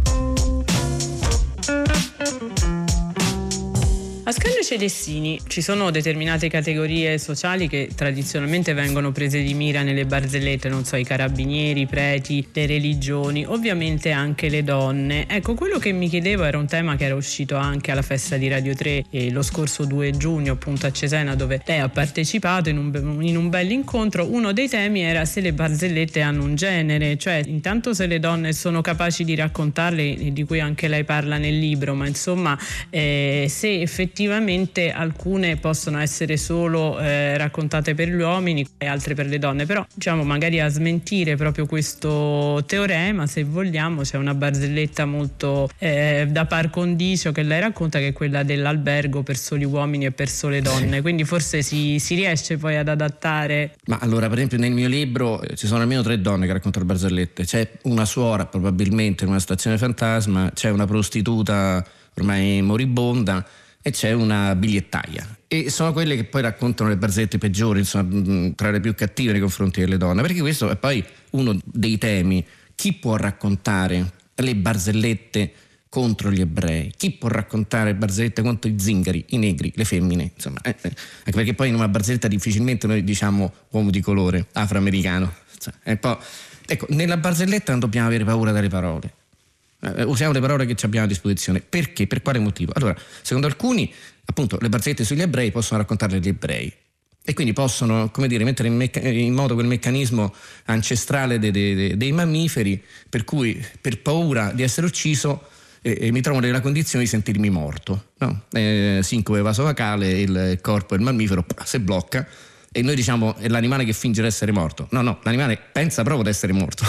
Ascanio Celestini, ci sono determinate categorie sociali che tradizionalmente vengono prese di mira nelle barzellette, non so, i carabinieri, i preti, le religioni, ovviamente anche le donne. Ecco, quello che mi chiedevo era un tema che era uscito anche alla festa di Radio tre eh, lo scorso due giugno, appunto a Cesena, dove lei ha partecipato in un, in un bell'incontro. Uno dei temi era se le barzellette hanno un genere, cioè intanto se le donne sono capaci di raccontarle, di cui anche lei parla nel libro, ma insomma eh, se effettivamente Effettivamente alcune possono essere solo eh, raccontate per gli uomini e altre per le donne, però diciamo magari a smentire proprio questo teorema, se vogliamo, c'è una barzelletta molto eh, da par condicio che lei racconta, che è quella dell'albergo per soli uomini e per sole donne, sì. Quindi forse si, si riesce poi ad adattare. Ma allora, per esempio, nel mio libro ci sono almeno tre donne che raccontano barzellette. C'è una suora probabilmente in una stazione fantasma, c'è una prostituta ormai moribonda e c'è una bigliettaia, e sono quelle che poi raccontano le barzellette peggiori, insomma, tra le più cattive nei confronti delle donne, perché questo è poi uno dei temi. Chi può raccontare le barzellette contro gli ebrei? Chi può raccontare barzellette contro i zingari, i negri, le femmine? Insomma, eh, eh, anche perché poi in una barzelletta difficilmente noi diciamo uomo di colore, afroamericano. Insomma, è un po'... Ecco, nella barzelletta non dobbiamo avere paura delle parole. Uh, usiamo le parole che ci abbiamo a disposizione. Perché? Per quale motivo? Allora, secondo alcuni, appunto, le barzellette sugli ebrei possono raccontarle gli ebrei e quindi possono, come dire, mettere in, mecca- in moto quel meccanismo ancestrale dei, dei, dei mammiferi, per cui per paura di essere ucciso eh, eh, mi trovo nella condizione di sentirmi morto, no? Eh, sincope vasovacale, il corpo del mammifero si blocca e noi diciamo è l'animale che finge di essere morto. No, no, l'animale pensa proprio di essere morto.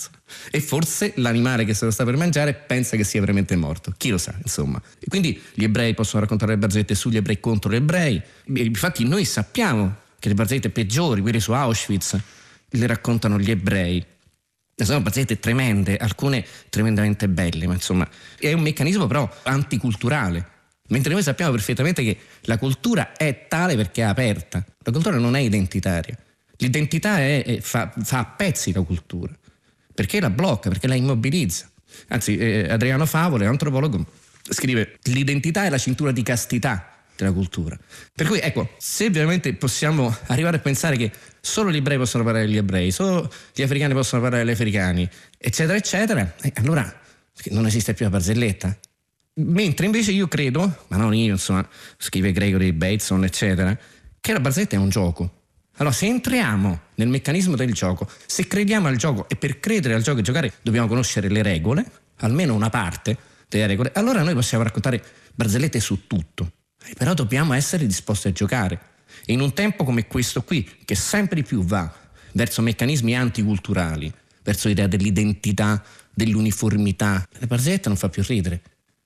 E forse l'animale che se lo sta per mangiare pensa che sia veramente morto, chi lo sa, insomma. E quindi gli ebrei possono raccontare le barzellette sugli ebrei contro gli ebrei. Infatti noi sappiamo che le barzellette peggiori, quelle su Auschwitz, le raccontano gli ebrei. Sono barzellette tremende, alcune tremendamente belle, ma insomma è un meccanismo però anticulturale. Mentre noi sappiamo perfettamente che la cultura è tale perché è aperta, la cultura non è identitaria. L'identità è, è, fa, fa a pezzi la cultura, perché la blocca, perché la immobilizza. Anzi, eh, Adriano Favole, antropologo, scrive: l'identità è la cintura di castità della cultura. Per cui, ecco, se veramente possiamo arrivare a pensare che solo gli ebrei possono parlare agli ebrei, solo gli africani possono parlare agli africani, eccetera, eccetera, eh, allora non esiste più la barzelletta. Mentre invece io credo, ma non io, insomma, scrive Gregory Bateson, eccetera, che la barzelletta è un gioco. Allora, se entriamo nel meccanismo del gioco, se crediamo al gioco, e per credere al gioco e giocare dobbiamo conoscere le regole, almeno una parte delle regole, allora noi possiamo raccontare barzellette su tutto. Però dobbiamo essere disposti a giocare. E in un tempo come questo qui, che sempre di più va verso meccanismi anticulturali, verso l'idea dell'identità, dell'uniformità, la barzelletta non fa più ridere.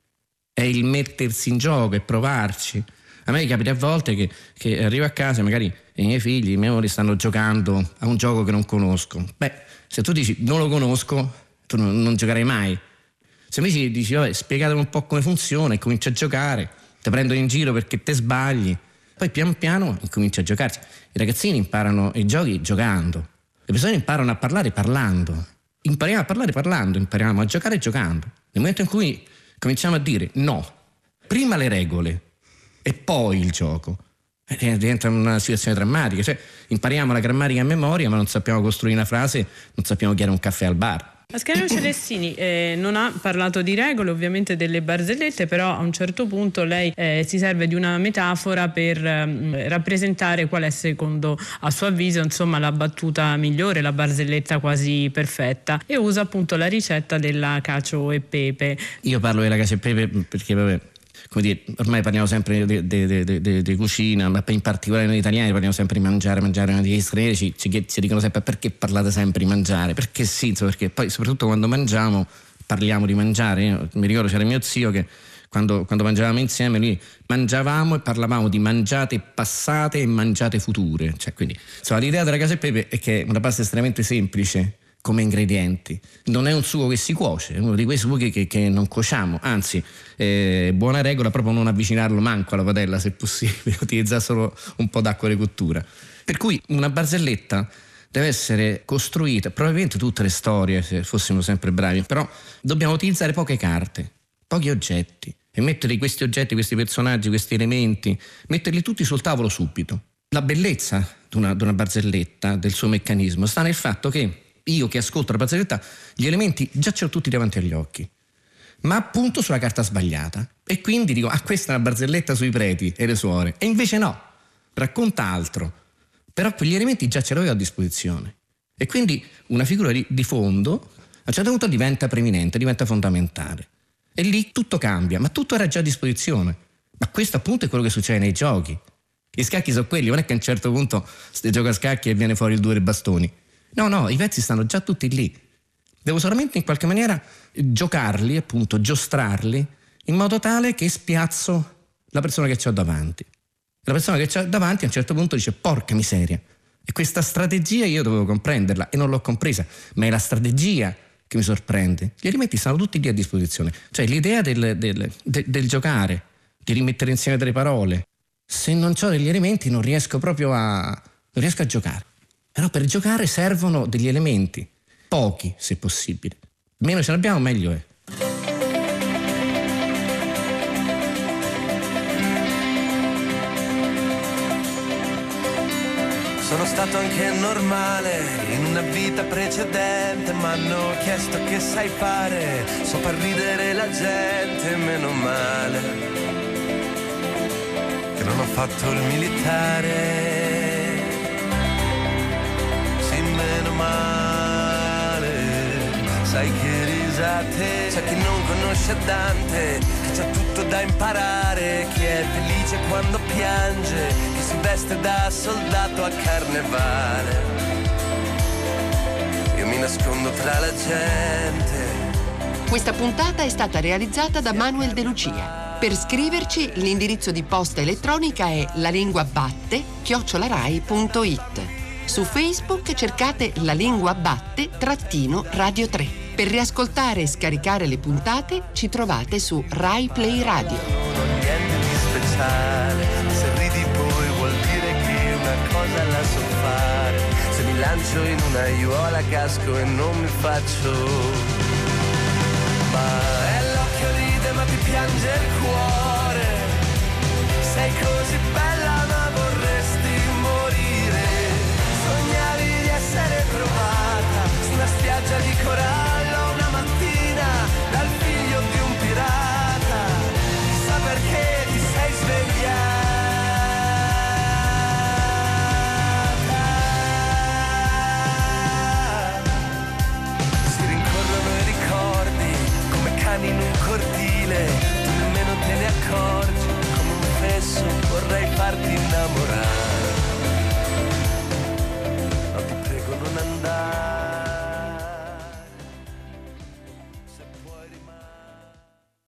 È il mettersi in gioco e provarci. A me capita a volte che, che arrivo a casa e magari i miei figli, i miei amori stanno giocando a un gioco che non conosco. Beh, se tu dici non lo conosco, tu non, non giocherai mai. Se invece dici vabbè, spiegatemi un po' come funziona e cominci a giocare, ti prendono in giro perché te sbagli, poi pian piano incominci a giocarci. I ragazzini imparano i giochi giocando, le persone imparano a parlare parlando. Impariamo a parlare parlando, impariamo a giocare giocando. Nel momento in cui cominciamo a dire no, prima le regole e poi il gioco, Eh, diventa una situazione drammatica, cioè impariamo la grammatica a memoria ma non sappiamo costruire una frase, non sappiamo chiedere un caffè al bar. Ascanio Celestini eh, non ha parlato di regole, ovviamente delle barzellette, però a un certo punto lei eh, si serve di una metafora per eh, rappresentare qual è, secondo a suo avviso, insomma, la battuta migliore, la barzelletta quasi perfetta, e usa appunto la ricetta della cacio e pepe. Io parlo della cacio e pepe perché vabbè, come dire, ormai parliamo sempre di cucina, ma in particolare noi italiani parliamo sempre di mangiare, mangiare, gli stranieri ci, ci, ci dicono sempre perché parlate sempre di mangiare, perché sì, perché poi soprattutto quando mangiamo parliamo di mangiare. Io mi ricordo c'era mio zio che quando, quando mangiavamo insieme noi mangiavamo e parlavamo di mangiate passate e mangiate future, cioè, quindi insomma l'idea della cacio e pepe è che è una pasta estremamente semplice come ingredienti, non è un sugo che si cuoce, è uno di quei sughi che, che non cuociamo, anzi eh, buona regola proprio non avvicinarlo manco alla padella se possibile, utilizzare solo un po' d'acqua di cottura. Per cui una barzelletta deve essere costruita, probabilmente tutte le storie se fossimo sempre bravi, però dobbiamo utilizzare poche carte, pochi oggetti e mettere questi oggetti, questi personaggi, questi elementi, metterli tutti sul tavolo subito. La bellezza di una, di una barzelletta, del suo meccanismo, sta nel fatto che io che ascolto la barzelletta, gli elementi già ce l'ho tutti davanti agli occhi, ma appunto sulla carta sbagliata. E quindi dico, ah, questa è una barzelletta sui preti e le suore. E invece no, racconta altro. Però quegli elementi già ce l'avevo a disposizione. E quindi una figura di, di fondo a un certo punto diventa preminente, diventa fondamentale. E lì tutto cambia, ma tutto era già a disposizione. Ma questo appunto è quello che succede nei giochi. Gli scacchi sono quelli, non è che a un certo punto si gioca a scacchi e viene fuori il due dei bastoni. No, no, i pezzi stanno già tutti lì. Devo solamente in qualche maniera giocarli, appunto, giostrarli, in modo tale che spiazzo la persona che ho davanti. La persona che ho davanti a un certo punto dice porca miseria. E questa strategia io dovevo comprenderla e non l'ho compresa, ma è la strategia che mi sorprende. Gli elementi stanno tutti lì a disposizione. Cioè l'idea del, del, del, del giocare, di rimettere insieme delle parole. Se non ho degli elementi non riesco proprio a, non riesco a giocare. Però per giocare servono degli elementi, pochi se possibile. Meno ce ne abbiamo meglio è. Sono stato anche normale in una vita precedente, mi hanno chiesto che sai fare, so far ridere la gente, meno male che non ho fatto il militare. Meno male, sai che risate. C'è chi non conosce Dante, che c'ha tutto da imparare, chi è felice quando piange, chi si veste da soldato a carnevale. Io mi nascondo tra la gente. Questa puntata è stata realizzata da Manuel De Lucia. Per scriverci l'indirizzo di posta elettronica è lalinguabatte chiocciola rai punto it. Su Facebook cercate La Lingua Batte trattino Radio tre. Per riascoltare e scaricare le puntate ci trovate su Rai Play Radio. Niente di speciale, se ridi poi vuol dire che una cosa la so fare. Se mi lancio in una aiuola casco e non mi faccio. Ma è l'occhio ride ma ti piange il cuore. Sei così bella